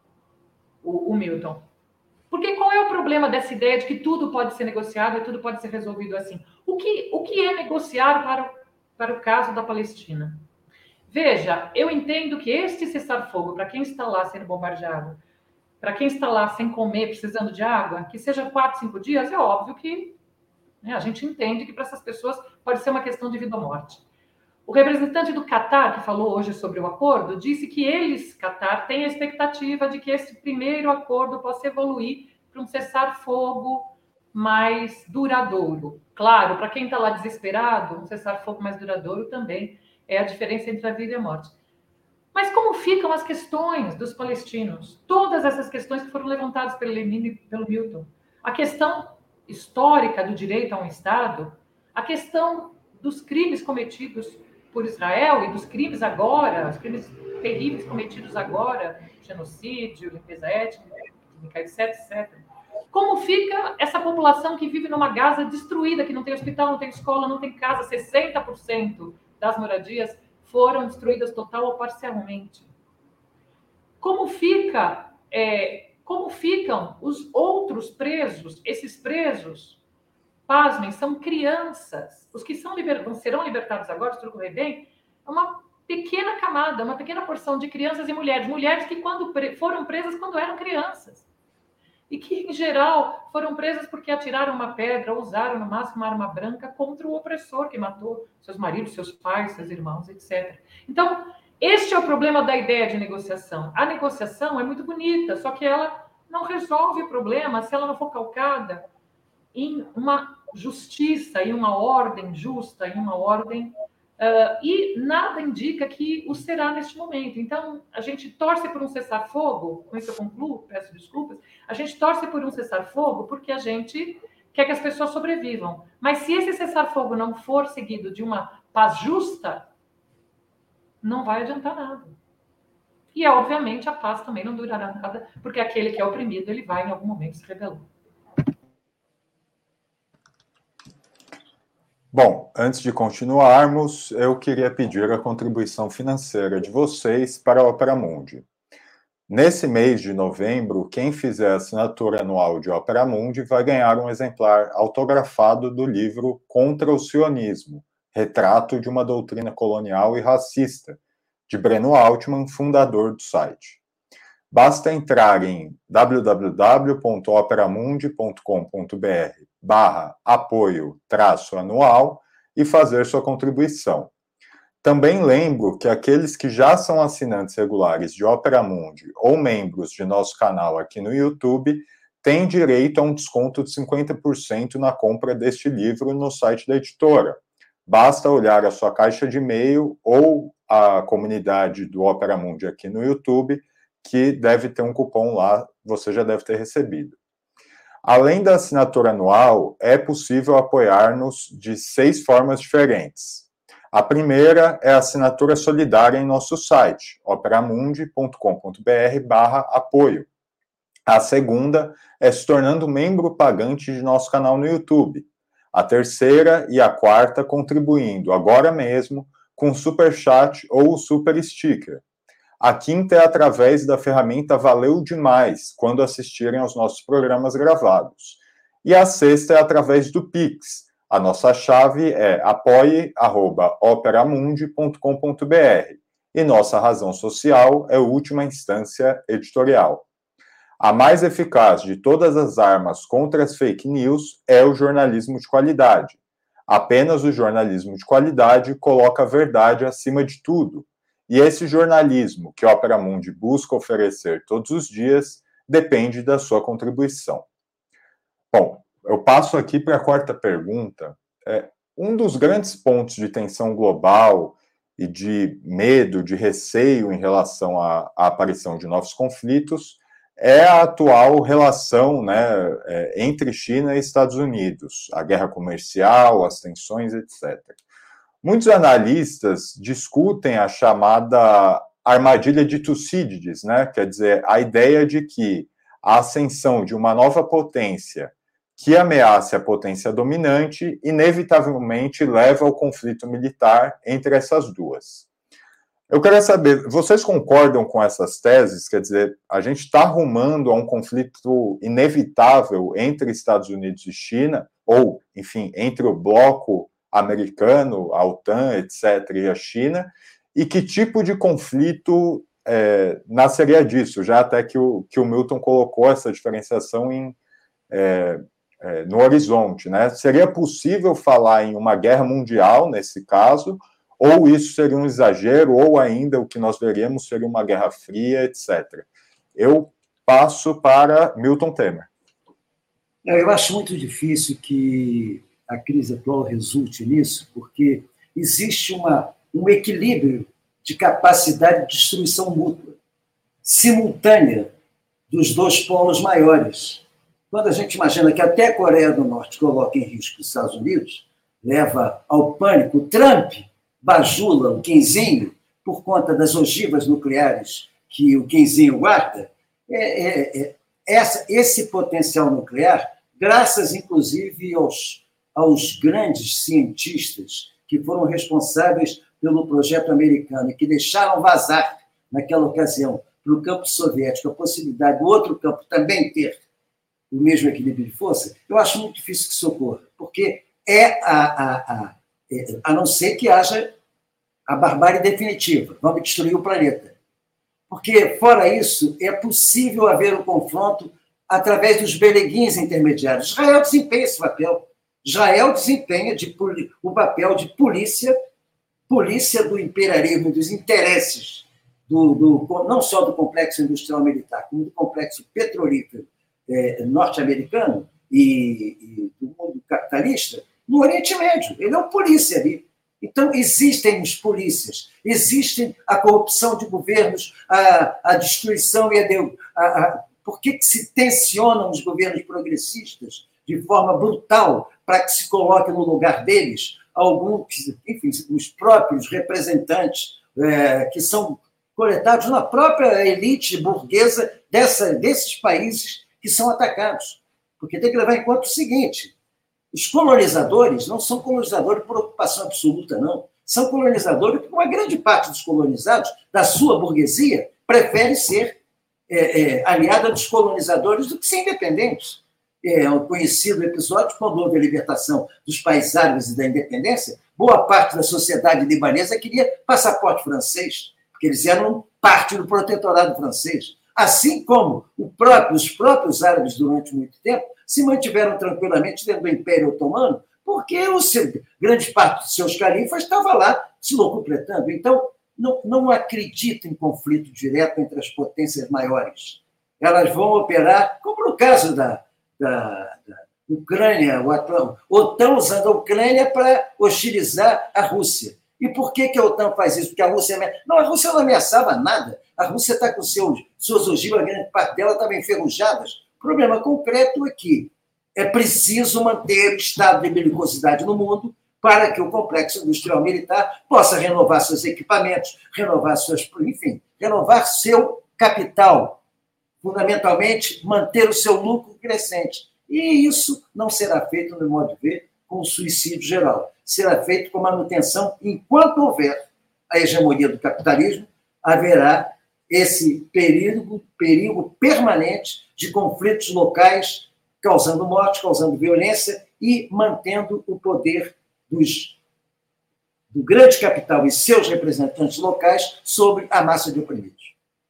o, o Milton, porque qual é o problema dessa ideia de que tudo pode ser negociado e tudo pode ser resolvido assim? O que, o que é negociar para, para o caso da Palestina? Veja, eu entendo que este cessar-fogo, para quem está lá sendo bombardeado, para quem está lá sem comer, precisando de água, que seja quatro, cinco dias, é óbvio que, né, a gente entende que para essas pessoas pode ser uma questão de vida ou morte. O representante do Catar, que falou hoje sobre o acordo, disse que eles, Catar, têm a expectativa de que esse primeiro acordo possa evoluir para um cessar-fogo mais duradouro. Claro, para quem está lá desesperado, um cessar-fogo mais duradouro também é a diferença entre a vida e a morte. Mas como ficam as questões dos palestinos? Todas essas questões que foram levantadas pelo Lenin e pelo Milton. A questão histórica do direito a um Estado, a questão dos crimes cometidos por Israel e dos crimes agora, os crimes terríveis cometidos agora, genocídio, limpeza étnica, etc, etcétera. Como fica essa população que vive numa Gaza destruída, que não tem hospital, não tem escola, não tem casa, sessenta por cento das moradias foram destruídas total ou parcialmente. Como fica, é, como ficam os outros presos? Esses presos, pasmem, são crianças. Os que são liber... serão libertados agora, se tudo correr bem, é uma pequena camada, uma pequena porção de crianças e mulheres. Mulheres que quando pre... foram presas quando eram crianças. E que, em geral, foram presas porque atiraram uma pedra ou usaram, no máximo, uma arma branca contra o opressor que matou seus maridos, seus pais, seus irmãos, etcétera. Então, este é o problema da ideia de negociação. A negociação é muito bonita, só que ela não resolve o problema se ela não for calcada em uma justiça, em uma ordem justa, em uma ordem... Uh, e nada indica que o será neste momento. Então, a gente torce por um cessar-fogo, com isso eu concluo, peço desculpas, a gente torce por um cessar-fogo porque a gente quer que as pessoas sobrevivam. Mas se esse cessar-fogo não for seguido de uma paz justa, não vai adiantar nada. E, obviamente, a paz também não durará nada, porque aquele que é oprimido, ele vai, em algum momento, se rebelar. Bom, antes de continuarmos, eu queria pedir a contribuição financeira de vocês para a Opera Mundi. Nesse mês de novembro, quem fizer a assinatura anual de Opera Mundi vai ganhar um exemplar autografado do livro Contra o Sionismo, Retrato de uma Doutrina Colonial e Racista, de Breno Altman, fundador do site. Basta entrar em w w w ponto operamundi ponto com ponto b r barra apoio traço anual e fazer sua contribuição. Também lembro que aqueles que já são assinantes regulares de Opera Mundi ou membros de nosso canal aqui no YouTube têm direito a um desconto de cinquenta por cento na compra deste livro no site da editora. Basta olhar a sua caixa de e-mail ou a comunidade do Opera Mundi aqui no YouTube, que deve ter um cupom lá, você já deve ter recebido. Além da assinatura anual, é possível apoiar-nos de seis formas diferentes. A primeira é a assinatura solidária em nosso site, operamundi ponto com ponto b r barra apoio. A segunda é se tornando membro pagante de nosso canal no YouTube. A terceira e a quarta contribuindo agora mesmo com o Super Chat ou o Super Sticker. A quinta é através da ferramenta Valeu Demais, quando assistirem aos nossos programas gravados. E a sexta é através do Pix. A nossa chave é apoie arroba operamundi ponto com ponto b r. E nossa razão social é última instância editorial. A mais eficaz de todas as armas contra as fake news é o jornalismo de qualidade. Apenas o jornalismo de qualidade coloca a verdade acima de tudo. E esse jornalismo que a Opera Mundi busca oferecer todos os dias depende da sua contribuição. Bom, eu passo aqui para a quarta pergunta. É, um dos grandes pontos de tensão global e de medo, de receio em relação à, à aparição de novos conflitos é a atual relação, né, entre China e Estados Unidos, a guerra comercial, as tensões, etcétera. Muitos analistas discutem a chamada armadilha de Tucídides, né, quer dizer, a ideia de que a ascensão de uma nova potência que ameace a potência dominante, inevitavelmente leva ao conflito militar entre essas duas. Eu queria saber, vocês concordam com essas teses? Quer dizer, a gente está rumando a um conflito inevitável entre Estados Unidos e China, ou, enfim, entre o bloco americano, a OTAN, etcétera, e a China, e que tipo de conflito é, nasceria disso? Já até que o, que o Milton colocou essa diferenciação em, é, é, no horizonte, né? Seria possível falar em uma guerra mundial, nesse caso, ou isso seria um exagero, ou ainda o que nós veríamos seria uma guerra fria, etcétera. Eu passo para Milton Temer. Eu acho muito difícil que a crise atual resulte nisso, porque existe uma, um equilíbrio de capacidade de destruição mútua, simultânea dos dois polos maiores. Quando a gente imagina que até a Coreia do Norte coloca em risco os Estados Unidos, leva ao pânico, o Trump bajula o Quinzinho por conta das ogivas nucleares que o Quinzinho guarda, é, é, é, essa, esse potencial nuclear, graças, inclusive, aos, aos grandes cientistas que foram responsáveis pelo projeto americano e que deixaram vazar, naquela ocasião, para o campo soviético a possibilidade do outro campo também ter o mesmo equilíbrio de força, eu acho muito difícil que isso ocorra, porque é a, a, a, a não ser que haja a barbárie definitiva, vamos destruir o planeta. Porque, fora isso, é possível haver um confronto através dos beleguins intermediários. Israel desempenha esse papel. Israel desempenha de, o papel de polícia, polícia do imperialismo, dos interesses, do, do, não só do complexo industrial militar, como do complexo petrolífero é, norte-americano e, e do mundo capitalista, no Oriente Médio. Ele é um polícia ali. Então, existem os polícias, existem a corrupção de governos, a, a destruição e a, a, a... Por que, que se tensionam os governos progressistas de forma brutal para que se coloque no lugar deles alguns, enfim, os próprios representantes é, que são coletados na própria elite burguesa dessa, desses países que são atacados? Porque tem que levar em conta o seguinte: os colonizadores não são colonizadores por ocupação absoluta, não. São colonizadores porque uma grande parte dos colonizados, da sua burguesia, prefere ser é, é, aliada dos colonizadores do que ser independentes. É um conhecido episódio, quando houve a libertação dos países árabes e da independência, boa parte da sociedade libanesa queria passaporte francês, porque eles eram parte do protetorado francês. Assim como o próprio, os próprios árabes, durante muito tempo, se mantiveram tranquilamente dentro do Império Otomano, porque o seu, grande parte dos seus califas estava lá se locupletando. Então, não, não acredito em conflito direto entre as potências maiores. Elas vão operar, como no caso da, da, da Ucrânia, a OTAN usando a Ucrânia para hostilizar a Rússia. E por que, que a OTAN faz isso? Porque a Rússia... Não, a Rússia não ameaçava nada. A Rússia está com seus, suas ogivas, grande parte dela estava enferrujadas. O problema concreto é que é preciso manter o estado de belicosidade no mundo para que o complexo industrial militar possa renovar seus equipamentos, renovar suas... Enfim, renovar seu capital. Fundamentalmente, manter o seu lucro crescente. E isso não será feito, no meu modo de ver, com o suicídio geral. Será feito com manutenção, enquanto houver a hegemonia do capitalismo, haverá esse perigo, perigo permanente de conflitos locais, causando morte, causando violência e mantendo o poder dos, do grande capital e seus representantes locais sobre a massa de oprimidos.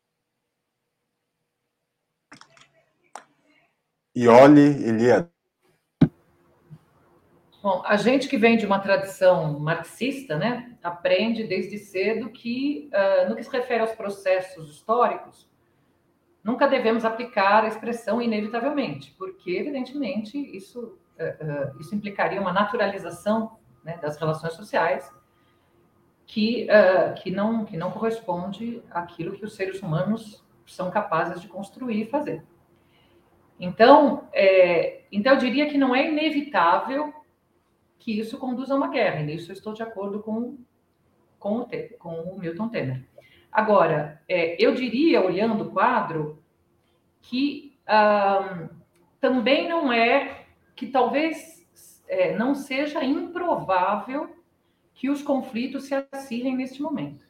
Iole, Elia. Bom, a gente que vem de uma tradição marxista, né, aprende desde cedo que, uh, no que se refere aos processos históricos, nunca devemos aplicar a expressão inevitavelmente, porque, evidentemente, isso, uh, uh, isso implicaria uma naturalização, né, das relações sociais que, uh, que, não, que não corresponde àquilo que os seres humanos são capazes de construir e fazer. Então, é, então, eu diria que não é inevitável que isso conduza a uma guerra, e nisso eu estou de acordo com, com, o, com o Milton Temer. Agora, é, eu diria, olhando o quadro, que ah, também não é, que talvez é, não seja improvável que os conflitos se acirrem neste momento.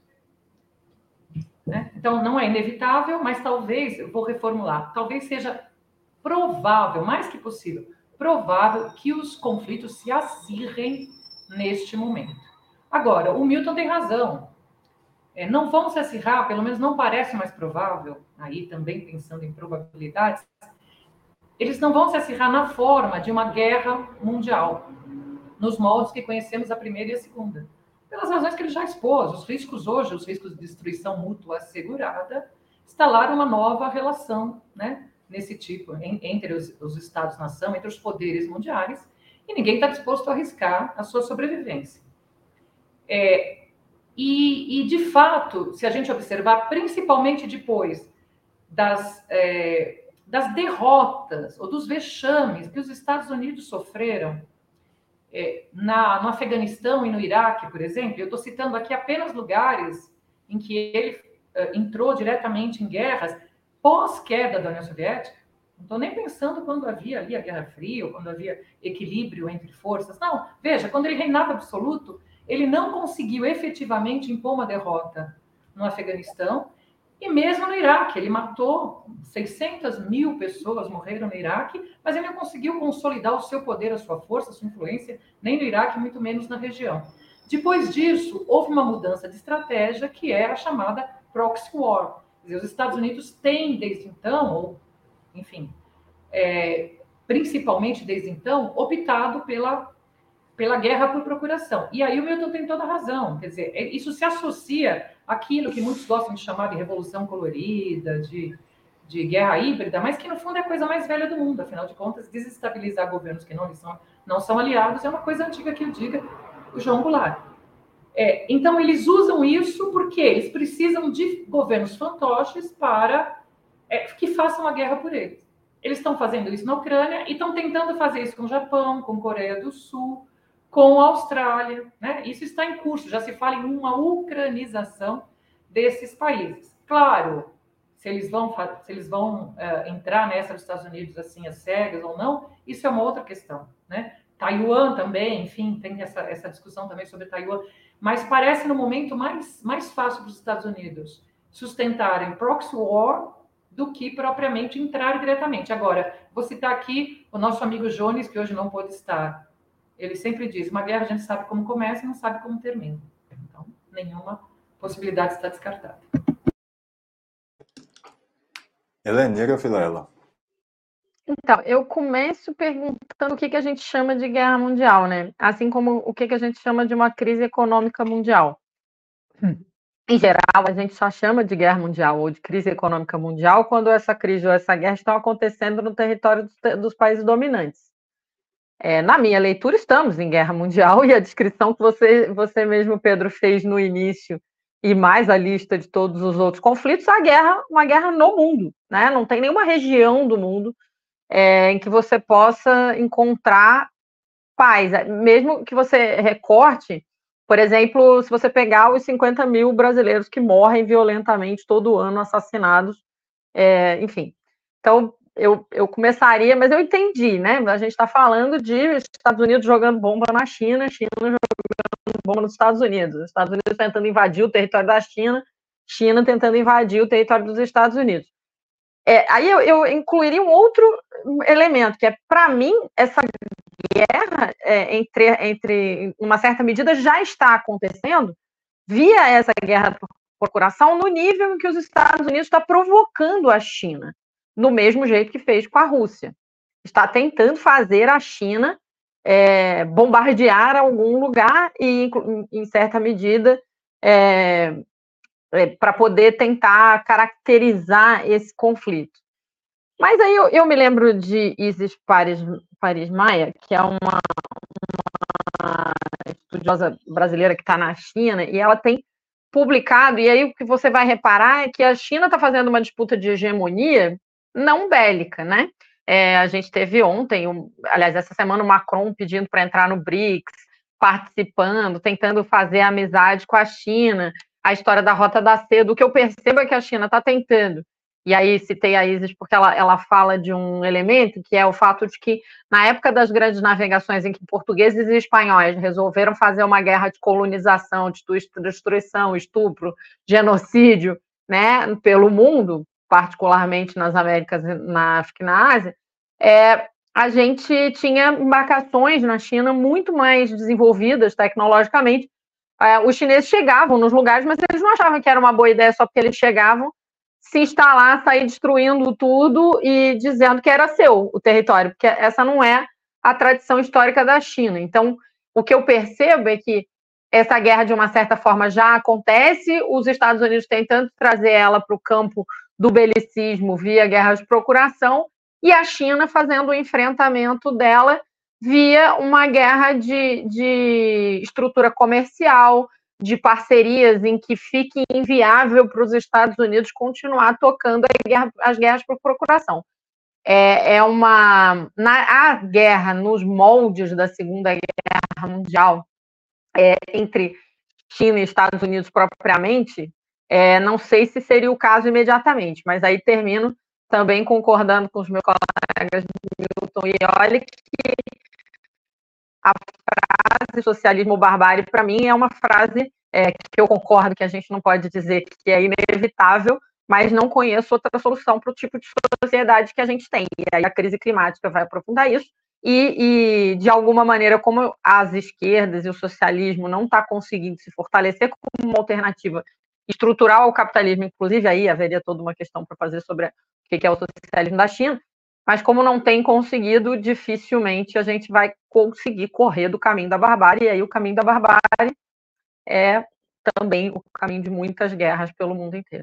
Né? Então, não é inevitável, mas talvez, eu vou reformular, talvez seja provável, mais que possível, provável que os conflitos se acirrem neste momento. Agora, o Milton tem razão. É, não vão se acirrar, pelo menos não parece mais provável, aí também pensando em probabilidades, eles não vão se acirrar na forma de uma guerra mundial, nos moldes que conhecemos a primeira e a segunda. Pelas razões que ele já expôs, os riscos hoje, os riscos de destruição mútua assegurada, instalaram uma nova relação, né, nesse tipo, em, entre os, os Estados-nação, entre os poderes mundiais, e ninguém está disposto a arriscar a sua sobrevivência. É, e, e, de fato, se a gente observar, principalmente depois das, é, das derrotas ou dos vexames que os Estados Unidos sofreram é, na, no Afeganistão e no Iraque, por exemplo, eu estou citando aqui apenas lugares em que ele é, entrou diretamente em guerras pós-queda da União Soviética. Não estou nem pensando quando havia ali a Guerra Fria, ou quando havia equilíbrio entre forças. Não, veja, quando ele reinava absoluto, ele não conseguiu efetivamente impor uma derrota no Afeganistão, e mesmo no Iraque. Ele matou seiscentas mil pessoas, morreram no Iraque, mas ele não conseguiu consolidar o seu poder, a sua força, a sua influência, nem no Iraque, muito menos na região. Depois disso, houve uma mudança de estratégia, que é a chamada proxy war. Quer dizer, os Estados Unidos têm, desde então, ou, enfim, é, principalmente desde então, optado pela, pela guerra por procuração. E aí o Milton tem toda a razão. Quer dizer, isso se associa àquilo que muitos gostam de chamar de revolução colorida, de, de guerra híbrida, mas que, no fundo, é a coisa mais velha do mundo. Afinal de contas, desestabilizar governos que não são, não são aliados é uma coisa antiga, que o diga o João Goulart. É, então, eles usam isso porque eles precisam de governos fantoches para é, que façam a guerra por eles. Eles estão fazendo isso na Ucrânia e estão tentando fazer isso com o Japão, com a Coreia do Sul, com a Austrália. Né? Isso está em curso, já se fala em uma ucranização desses países. Claro, se eles vão, se eles vão uh, entrar nessa dos Estados Unidos assim, às cegas ou não, isso é uma outra questão. Né? Taiwan também, enfim, tem essa, essa discussão também sobre Taiwan, mas parece no momento mais, mais fácil para os Estados Unidos sustentarem proxy war do que propriamente entrar diretamente. Agora, vou citar aqui o nosso amigo Jones, que hoje não pôde estar. Ele sempre diz, uma guerra a gente sabe como começa e não sabe como termina. Então, nenhuma possibilidade está descartada. Helenira ou Vilela? Então, eu começo perguntando o que, que a gente chama de guerra mundial, né? Assim como o que, que a gente chama de uma crise econômica mundial. Hum. Em geral, a gente só chama de guerra mundial ou de crise econômica mundial quando essa crise ou essa guerra estão acontecendo no território dos, dos países dominantes. É, na minha leitura, estamos em guerra mundial, e a descrição que você, você mesmo, Pedro, fez no início, e mais a lista de todos os outros conflitos, a guerra, uma guerra no mundo, né? Não tem nenhuma região do mundo é, em que você possa encontrar paz, mesmo que você recorte. Por exemplo, se você pegar os cinquenta mil brasileiros que morrem violentamente todo ano, assassinados, é, enfim. Então, eu, eu começaria, mas eu entendi, né? A gente está falando de Estados Unidos jogando bomba na China, China jogando bomba nos Estados Unidos, os Estados Unidos tentando invadir o território da China, China tentando invadir o território dos Estados Unidos. É, aí eu, eu incluiria um outro elemento, que é, para mim, essa guerra, é, entre, entre uma certa medida, já está acontecendo via essa guerra por procuração no nível em que os Estados Unidos está provocando a China, do mesmo jeito que fez com a Rússia. Está tentando fazer a China é, bombardear algum lugar e, em, em certa medida, é, é, para poder tentar caracterizar esse conflito. Mas aí eu, eu me lembro de Isis Paris, Paris Maia, que é uma, uma estudiosa brasileira que está na China, e ela tem publicado, e aí o que você vai reparar é que a China está fazendo uma disputa de hegemonia não bélica, né? É, a gente teve ontem, um, aliás, essa semana o Macron pedindo para entrar no BRICS, participando, tentando fazer amizade com a China, a história da Rota da Seda, o que eu percebo é que a China está tentando. E aí citei a Isis porque ela, ela fala de um elemento que é o fato de que, na época das grandes navegações em que portugueses e espanhóis resolveram fazer uma guerra de colonização, de destruição, estupro, genocídio, né, pelo mundo, particularmente nas Américas, na África e na Ásia, é, a gente tinha embarcações na China muito mais desenvolvidas tecnologicamente. É, os chineses chegavam nos lugares, mas eles não achavam que era uma boa ideia só porque eles chegavam, se instalar, sair destruindo tudo e dizendo que era seu o território, porque essa não é a tradição histórica da China. Então, o que eu percebo é que essa guerra, de uma certa forma, já acontece, os Estados Unidos tentando trazer ela para o campo do belicismo via guerras de procuração, e a China fazendo o enfrentamento dela via uma guerra de, de estrutura comercial, de parcerias em que fique inviável para os Estados Unidos continuar tocando guerra, as guerras por procuração. É, é uma... Na, a guerra nos moldes da Segunda Guerra Mundial, é, entre China e Estados Unidos propriamente, é, não sei se seria o caso imediatamente, mas aí termino também concordando com os meus colegas Milton e Olli, que a frase socialismo ou barbárie, para mim, é uma frase é, que eu concordo que a gente não pode dizer que é inevitável, mas não conheço outra solução para o tipo de sociedade que a gente tem. E aí a crise climática vai aprofundar isso, e, e de alguma maneira, como as esquerdas e o socialismo não estão tá conseguindo se fortalecer como uma alternativa estrutural ao capitalismo, inclusive aí haveria toda uma questão para fazer sobre o que é o socialismo da China, mas como não tem conseguido, dificilmente a gente vai conseguir correr do caminho da barbárie, e aí o caminho da barbárie é também o caminho de muitas guerras pelo mundo inteiro.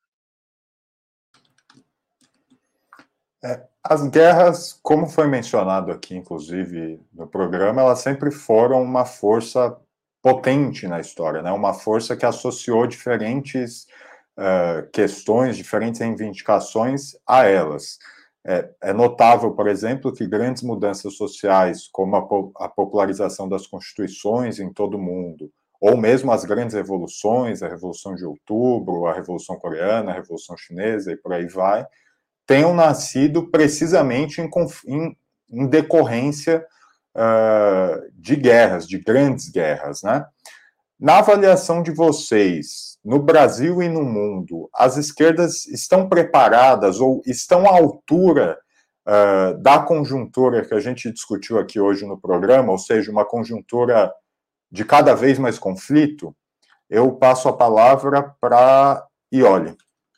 É, as guerras, como foi mencionado aqui, inclusive, no programa, elas sempre foram uma força potente na história, né? Uma força que associou diferentes uh, questões, diferentes reivindicações a elas. É, é notável, por exemplo, que grandes mudanças sociais, como a, po a popularização das constituições em todo o mundo, ou mesmo as grandes revoluções, a Revolução de Outubro, a Revolução Coreana, a Revolução Chinesa e por aí vai, tenham nascido precisamente em, em, em decorrência uh, de guerras, de grandes guerras, né? Na avaliação de vocês, no Brasil e no mundo, as esquerdas estão preparadas ou estão à altura uh, da conjuntura que a gente discutiu aqui hoje no programa, ou seja, uma conjuntura de cada vez mais conflito? Eu passo a palavra para Iole.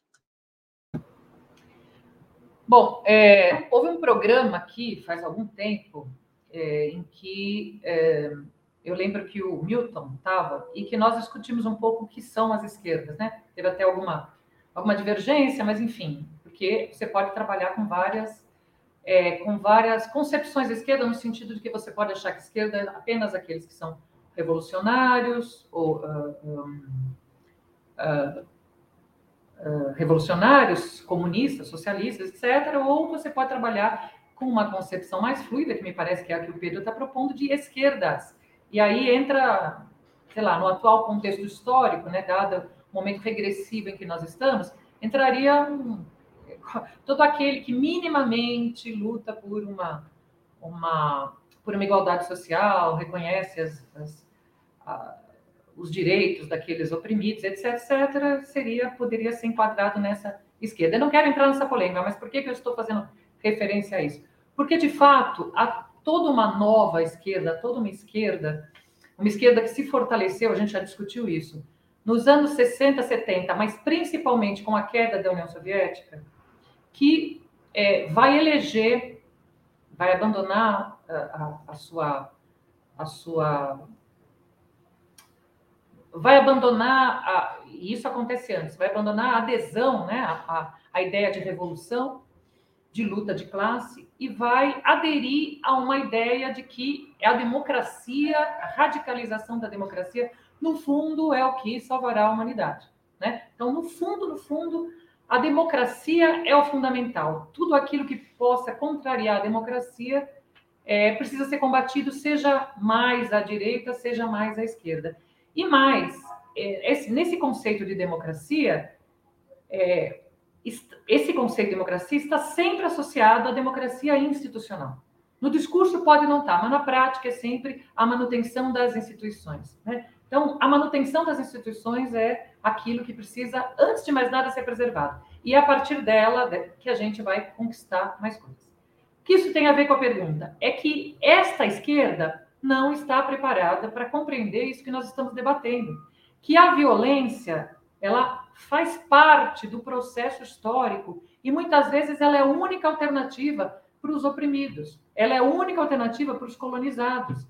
Bom, é, houve um programa aqui, faz algum tempo, é, em que é, eu lembro que o Milton estava e que nós discutimos um pouco o que são as esquerdas, né? Teve até alguma, alguma divergência, mas enfim, porque você pode trabalhar com várias, é, com várias concepções da esquerda, no sentido de que você pode achar que a esquerda é apenas aqueles que são revolucionários ou uh, um, uh, Uh, revolucionários, comunistas, socialistas, etcétera, ou você pode trabalhar com uma concepção mais fluida, que me parece que é a que o Pedro está propondo, de esquerdas. E aí entra, sei lá, no atual contexto histórico, né, dado o momento regressivo em que nós estamos, entraria um, todo aquele que minimamente luta por uma, uma, por uma igualdade social, reconhece as, as a, os direitos daqueles oprimidos, etc, etcétera, seria, poderia ser enquadrado nessa esquerda. Eu não quero entrar nessa polêmica, mas por que que eu estou fazendo referência a isso? Porque, de fato, há toda uma nova esquerda, toda uma esquerda, uma esquerda que se fortaleceu, a gente já discutiu isso, nos anos sessenta, setenta, mas principalmente com a queda da União Soviética, que é, vai eleger, vai abandonar a, a, a sua... A sua vai abandonar, a, e isso acontece antes, vai abandonar a adesão, né, a, a, a ideia de revolução, de luta de classe e vai aderir a uma ideia de que a democracia, a radicalização da democracia, no fundo, é o que salvará a humanidade, né? Então, no fundo, no fundo, a democracia é o fundamental. Tudo aquilo que possa contrariar a democracia é, precisa ser combatido, seja mais à direita, seja mais à esquerda. E mais, é, esse, nesse conceito de democracia, é, esse conceito de democracia está sempre associado à democracia institucional. No discurso pode não estar, mas na prática é sempre a manutenção das instituições, né? Então, a manutenção das instituições é aquilo que precisa, antes de mais nada, ser preservado. E é a partir dela que a gente vai conquistar mais coisas. O que isso tem a ver com a pergunta? É que esta esquerda não está preparada para compreender isso que nós estamos debatendo. Que a violência, ela faz parte do processo histórico e muitas vezes ela é a única alternativa para os oprimidos. Ela é a única alternativa para os colonizados.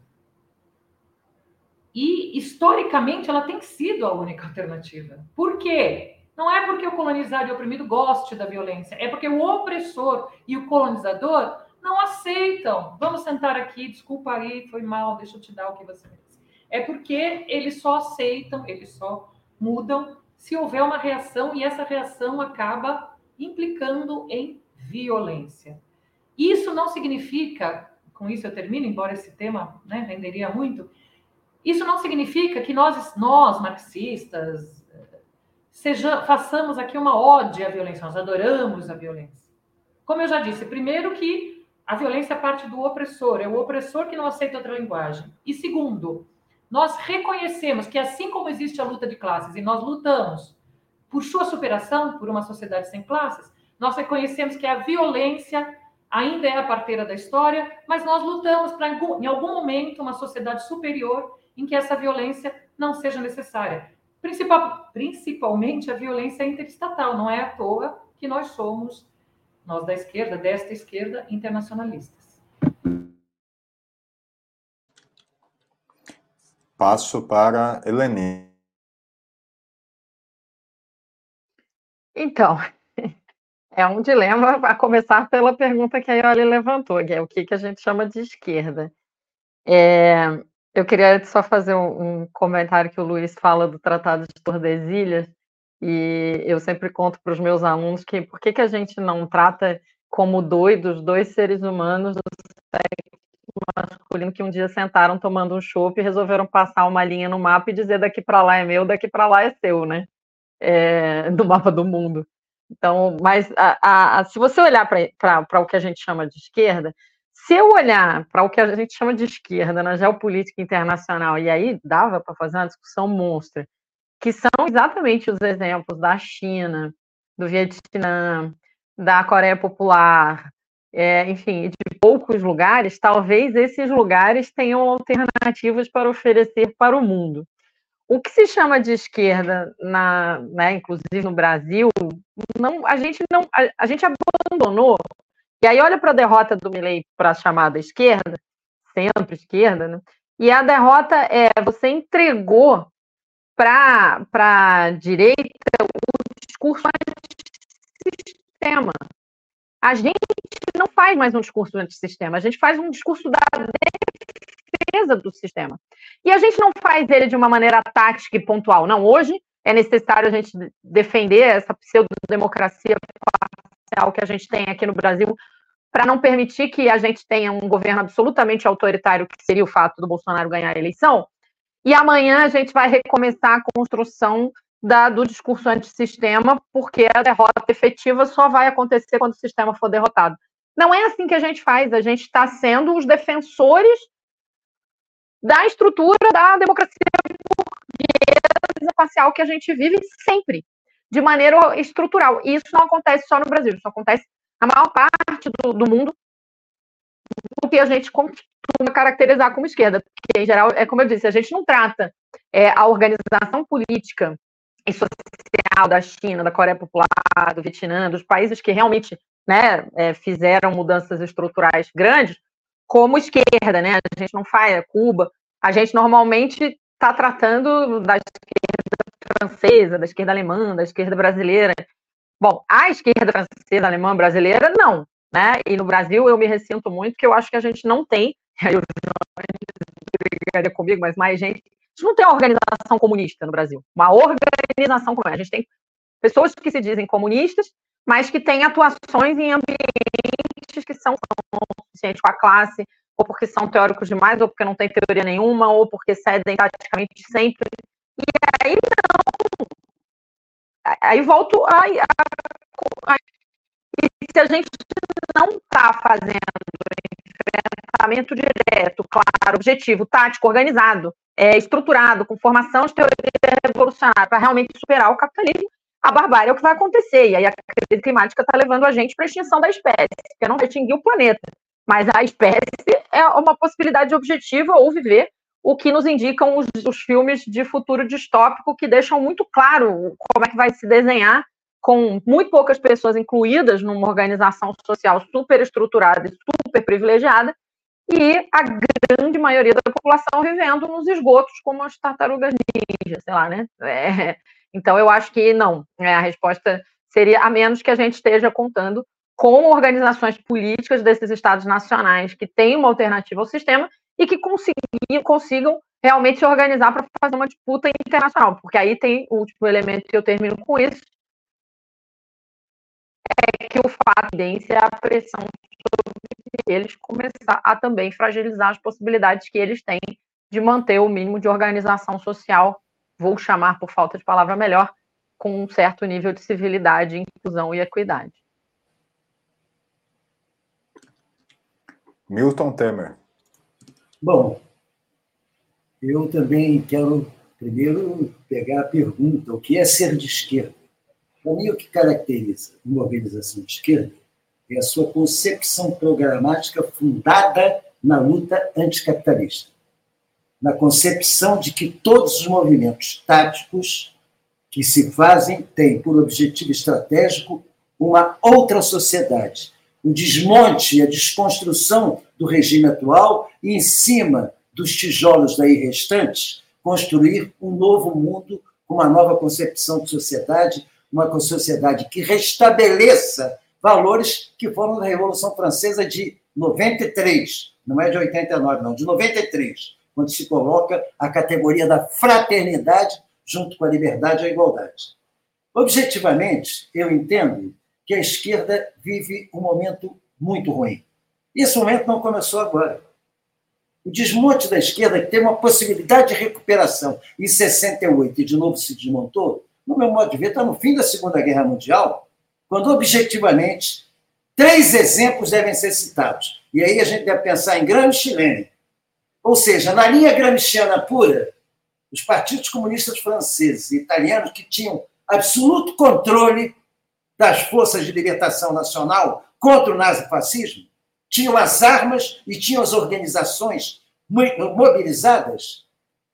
E, historicamente, ela tem sido a única alternativa. Por quê? Não é porque o colonizado e o oprimido goste da violência, é porque o opressor e o colonizador não aceitam. Vamos sentar aqui, desculpa aí, foi mal, deixa eu te dar o que você merece. É porque eles só aceitam, eles só mudam se houver uma reação, e essa reação acaba implicando em violência. Isso não significa, com isso eu termino, embora esse tema, né, renderia muito, isso não significa que nós, nós marxistas, seja, façamos aqui uma ode à violência, nós adoramos a violência. Como eu já disse, primeiro que a violência é parte do opressor, é o opressor que não aceita outra linguagem. E segundo, nós reconhecemos que assim como existe a luta de classes e nós lutamos por sua superação, por uma sociedade sem classes, nós reconhecemos que a violência ainda é a parteira da história, mas nós lutamos para, em algum momento, uma sociedade superior em que essa violência não seja necessária. Principal, principalmente a violência interestatal. Não é à toa que nós somos, nós da esquerda, desta esquerda, internacionalistas. Passo para Heleni. Então, é um dilema, a começar pela pergunta que a Iole levantou, que é o que, que a gente chama de esquerda. É, eu queria só fazer um, um comentário que o Luiz fala do Tratado de Tordesilhas, e eu sempre conto para os meus alunos que por que, que a gente não trata como doidos dois seres humanos do sexo masculino que um dia sentaram tomando um chopp e resolveram passar uma linha no mapa e dizer daqui para lá é meu, daqui para lá é seu, né? É, do mapa do mundo. Então, mas a, a, a, se você olhar para o que a gente chama de esquerda, se eu olhar para o que a gente chama de esquerda na geopolítica internacional, e aí dava para fazer uma discussão monstra, que são exatamente os exemplos da China, do Vietnã, da Coreia Popular, é, enfim, de poucos lugares, talvez esses lugares tenham alternativas para oferecer para o mundo. O que se chama de esquerda, na, né, inclusive no Brasil, não, a, gente não, a, a gente abandonou. E aí olha para a derrota do Milei para a chamada esquerda, centro-esquerda, né? E a derrota é, você entregou para a direita o discurso antissistema. A gente não faz mais um discurso antissistema, a gente faz um discurso da defesa do sistema. E a gente não faz ele de uma maneira tática e pontual. Não, hoje é necessário a gente defender essa pseudo-democracia parcial que a gente tem aqui no Brasil para não permitir que a gente tenha um governo absolutamente autoritário, que seria o fato do Bolsonaro ganhar a eleição. E amanhã a gente vai recomeçar a construção da, do discurso antissistema, porque a derrota efetiva só vai acontecer quando o sistema for derrotado. Não é assim que a gente faz. A gente está sendo os defensores da estrutura da democracia burguesa parcial que a gente vive sempre, de maneira estrutural. E isso não acontece só no Brasil, isso acontece na maior parte do, do mundo, o que a gente costuma caracterizar como esquerda, porque, em geral, é como eu disse, a gente não trata é, a organização política e social da China, da Coreia Popular, do Vietnã, dos países que realmente, né, é, fizeram mudanças estruturais grandes, como esquerda, né? A gente não faz, Cuba, a gente normalmente está tratando da esquerda francesa, da esquerda alemã, da esquerda brasileira. Bom, a esquerda francesa, alemã, brasileira, não. né? E no Brasil eu me ressinto muito, que eu acho que a gente não tem, eu brigaria comigo, mas mais gente, a gente não tem uma organização comunista no Brasil, uma organização comunista. A gente tem pessoas que se dizem comunistas, mas que têm atuações em ambientes que são suficientes com a classe, ou porque são teóricos demais, ou porque não tem teoria nenhuma, ou porque cedem praticamente sempre. E aí não. Aí volto a, a, a e se a gente não está fazendo enfrentamento direto, claro, objetivo, tático, organizado, é, estruturado, com formação de teoria revolucionária para realmente superar o capitalismo, a barbárie é o que vai acontecer. E aí a crise climática está levando a gente para a extinção da espécie, porque não vai extinguir o planeta. Mas a espécie é uma possibilidade objetiva ou viver, o que nos indicam os, os filmes de futuro distópico, que deixam muito claro como é que vai se desenhar, com muito poucas pessoas incluídas numa organização social super estruturada e super privilegiada, e a grande maioria da população vivendo nos esgotos, como as tartarugas ninja, sei lá, né? É, então, eu acho que não. É, a resposta seria, a menos que a gente esteja contando com organizações políticas desses estados nacionais que têm uma alternativa ao sistema e que consigam, consigam realmente se organizar para fazer uma disputa internacional, porque aí tem o último elemento que eu termino com isso, é que o fato de evidência é a pressão sobre eles começar a também fragilizar as possibilidades que eles têm de manter o mínimo de organização social, vou chamar por falta de palavra melhor, com um certo nível de civilidade, inclusão e equidade. Milton Temer. Bom, eu também quero primeiro pegar a pergunta, o que é ser de esquerda? Para mim, o que caracteriza uma organização de esquerda é a sua concepção programática fundada na luta anticapitalista, na concepção de que todos os movimentos táticos que se fazem têm por objetivo estratégico uma outra sociedade, o desmonte e a desconstrução do regime atual e, em cima dos tijolos daí restantes, construir um novo mundo com uma nova concepção de sociedade, uma sociedade que restabeleça valores que foram da Revolução Francesa de noventa e três, não é de oitenta e nove, não, de noventa e três, quando se coloca a categoria da fraternidade junto com a liberdade e a igualdade. Objetivamente, eu entendo que a esquerda vive um momento muito ruim. Esse momento não começou agora. O desmonte da esquerda, que tem uma possibilidade de recuperação em sessenta e oito e de novo se desmontou, no meu modo de ver, está no fim da Segunda Guerra Mundial, quando, objetivamente, três exemplos devem ser citados. E aí a gente deve pensar em Gramsci e Lenin. Ou seja, na linha gramsciana pura, os partidos comunistas franceses e italianos, que tinham absoluto controle das forças de libertação nacional contra o nazifascismo, tinham as armas e tinham as organizações mobilizadas,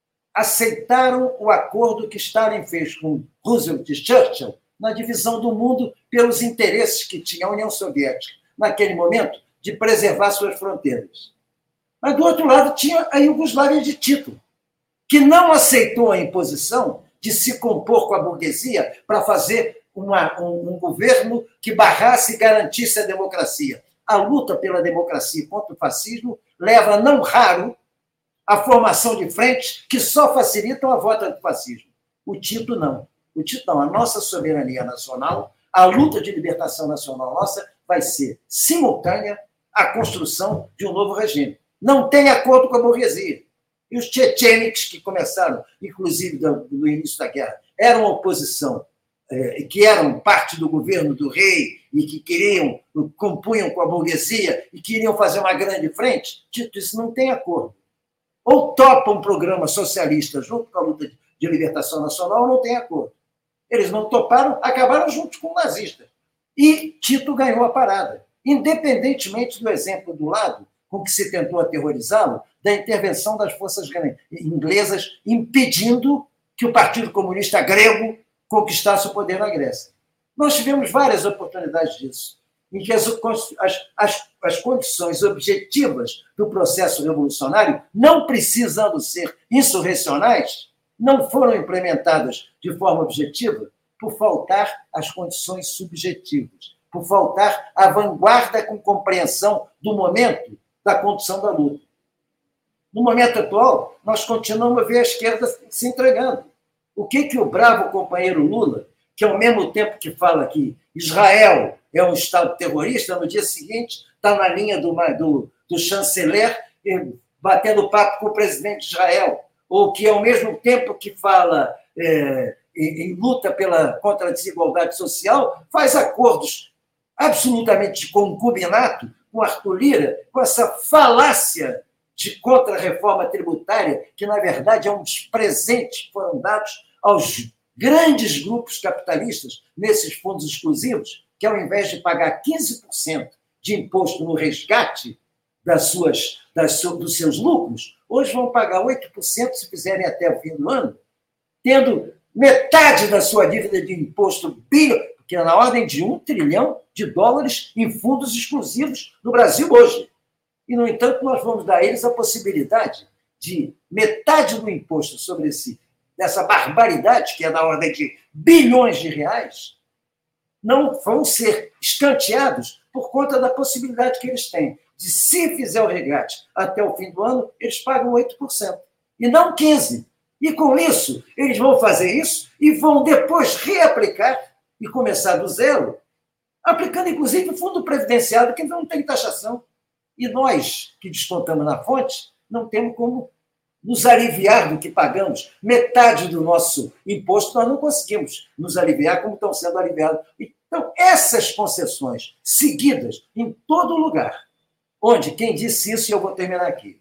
aceitaram o acordo que Stalin fez com Roosevelt e Churchill na divisão do mundo pelos interesses que tinha a União Soviética, naquele momento, de preservar suas fronteiras. Mas, do outro lado, tinha a Iugoslávia de Tito, que não aceitou a imposição de se compor com a burguesia para fazer uma, um, um governo que barrasse e garantisse a democracia. A luta pela democracia contra o fascismo leva, não raro, à formação de frentes que só facilitam a volta do fascismo. O Tito não. O Tito não. A nossa soberania nacional, a luta de libertação nacional nossa vai ser simultânea à construção de um novo regime. Não tem acordo com a burguesia. E os tchetchênicos, que começaram, inclusive, no início da guerra, eram oposição, que eram parte do governo do rei e que queriam, compunham com a burguesia e queriam fazer uma grande frente, Tito, isso não tem acordo. Ou topa um programa socialista junto com a luta de libertação nacional, ou não tem acordo. Eles não toparam, acabaram juntos com o nazista. E Tito ganhou a parada, independentemente do exemplo do lado com que se tentou aterrorizá-lo, da intervenção das forças inglesas impedindo que o Partido Comunista Grego conquistasse o poder na Grécia. Nós tivemos várias oportunidades disso, em que as, as, as, as condições objetivas do processo revolucionário, não precisando ser insurrecionais, não foram implementadas de forma objetiva por faltar as condições subjetivas. por faltar a vanguarda com compreensão do momento da condução da luta. No momento atual, nós continuamos a ver a esquerda se entregando. O que, que o bravo companheiro Lula, que ao mesmo tempo que fala que Israel é um Estado terrorista, no dia seguinte está na linha do, do, do chanceler batendo papo com o presidente de Israel, ou que ao mesmo tempo que fala é, em, em luta pela, contra a desigualdade social, faz acordos absolutamente de concubinato com Arthur Lira, com essa falácia de contra-reforma tributária, que, na verdade, é um dos presentes que foram dados aos grandes grupos capitalistas nesses fundos exclusivos, que, ao invés de pagar quinze por cento de imposto no resgate das suas, das, dos seus lucros, hoje vão pagar oito por cento se fizerem até o fim do ano, tendo metade da sua dívida de imposto bilhão, que é na ordem de um trilhão de dólares em fundos exclusivos no Brasil hoje. E, no entanto, nós vamos dar a eles a possibilidade de metade do imposto sobre esse, essa barbaridade, que é da ordem de bilhões de reais, não vão ser escanteados por conta da possibilidade que eles têm de, se fizer o resgate até o fim do ano, eles pagam oito por cento, e não quinze por cento. E, com isso, eles vão fazer isso e vão depois reaplicar e começar do zero, aplicando, inclusive, o fundo previdenciário, que não tem taxação. E nós, que descontamos na fonte, não temos como nos aliviar do que pagamos. Metade do nosso imposto nós não conseguimos nos aliviar como estão sendo aliviados. Então, essas concessões seguidas em todo lugar, onde quem disse isso, e eu vou terminar aqui,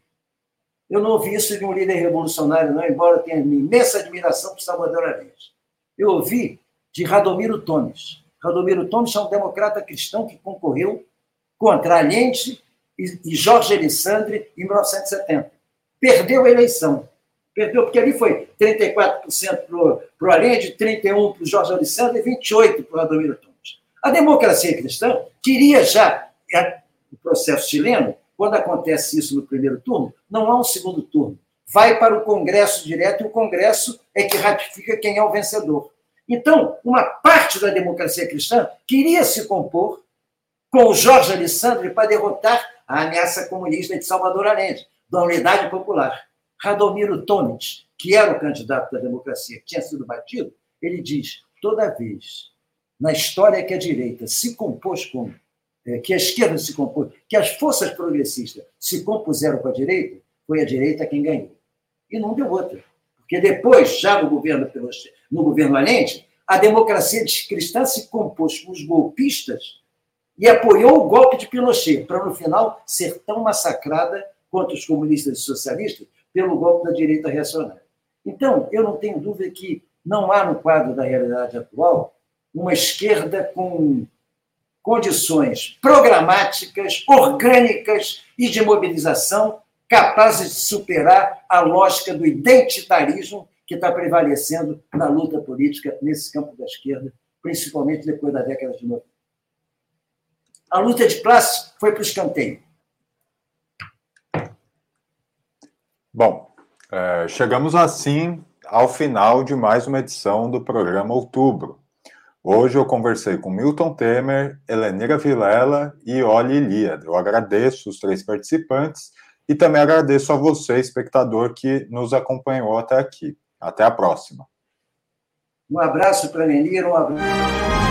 eu não ouvi isso de um líder revolucionário, não, embora eu tenha imensa admiração por Salvador Allende. Eu ouvi de Radomiro Tomes. Radomiro Tomes é um democrata cristão que concorreu contra Allende e Jorge Alessandri em mil novecentos e setenta. Perdeu a eleição. Perdeu, porque ali foi trinta e quatro por cento para o Allende, trinta e um por cento para o Jorge Alessandri e vinte e oito por cento para o Radomiro Tomes. A democracia cristã queria já o processo chileno. Quando acontece isso no primeiro turno, não há um segundo turno. Vai para o Congresso direto e o Congresso é que ratifica quem é o vencedor. Então, uma parte da democracia cristã queria se compor com o Jorge Alessandri para derrotar a ameaça comunista de Salvador Allende, da Unidade Popular. Radomiro Tomes, que era o candidato da democracia, que tinha sido batido, ele diz, toda vez na história que a direita se compôs com, que a esquerda se compôs, que as forças progressistas se compuseram com a direita, foi a direita quem ganhou. E não deu outra. Porque depois, já no governo, no governo Allende, a democracia cristã se compôs com os golpistas e apoiou o golpe de Pinochet, para, no final, ser tão massacrada contra os comunistas e socialistas pelo golpe da direita reacionária. Então, eu não tenho dúvida que não há, no quadro da realidade atual, uma esquerda com condições programáticas, orgânicas e de mobilização capazes de superar a lógica do identitarismo que está prevalecendo na luta política nesse campo da esquerda, principalmente depois da década de noventa. A luta de classe foi para o escanteio. Bom, é, chegamos assim ao final de mais uma edição do programa Outubro. Hoje eu conversei com Milton Temer, Helenira Vilela e Oli Ilíada. Eu agradeço os três participantes e também agradeço a você, espectador, que nos acompanhou até aqui. Até a próxima. Um abraço para a Helenira, um abraço.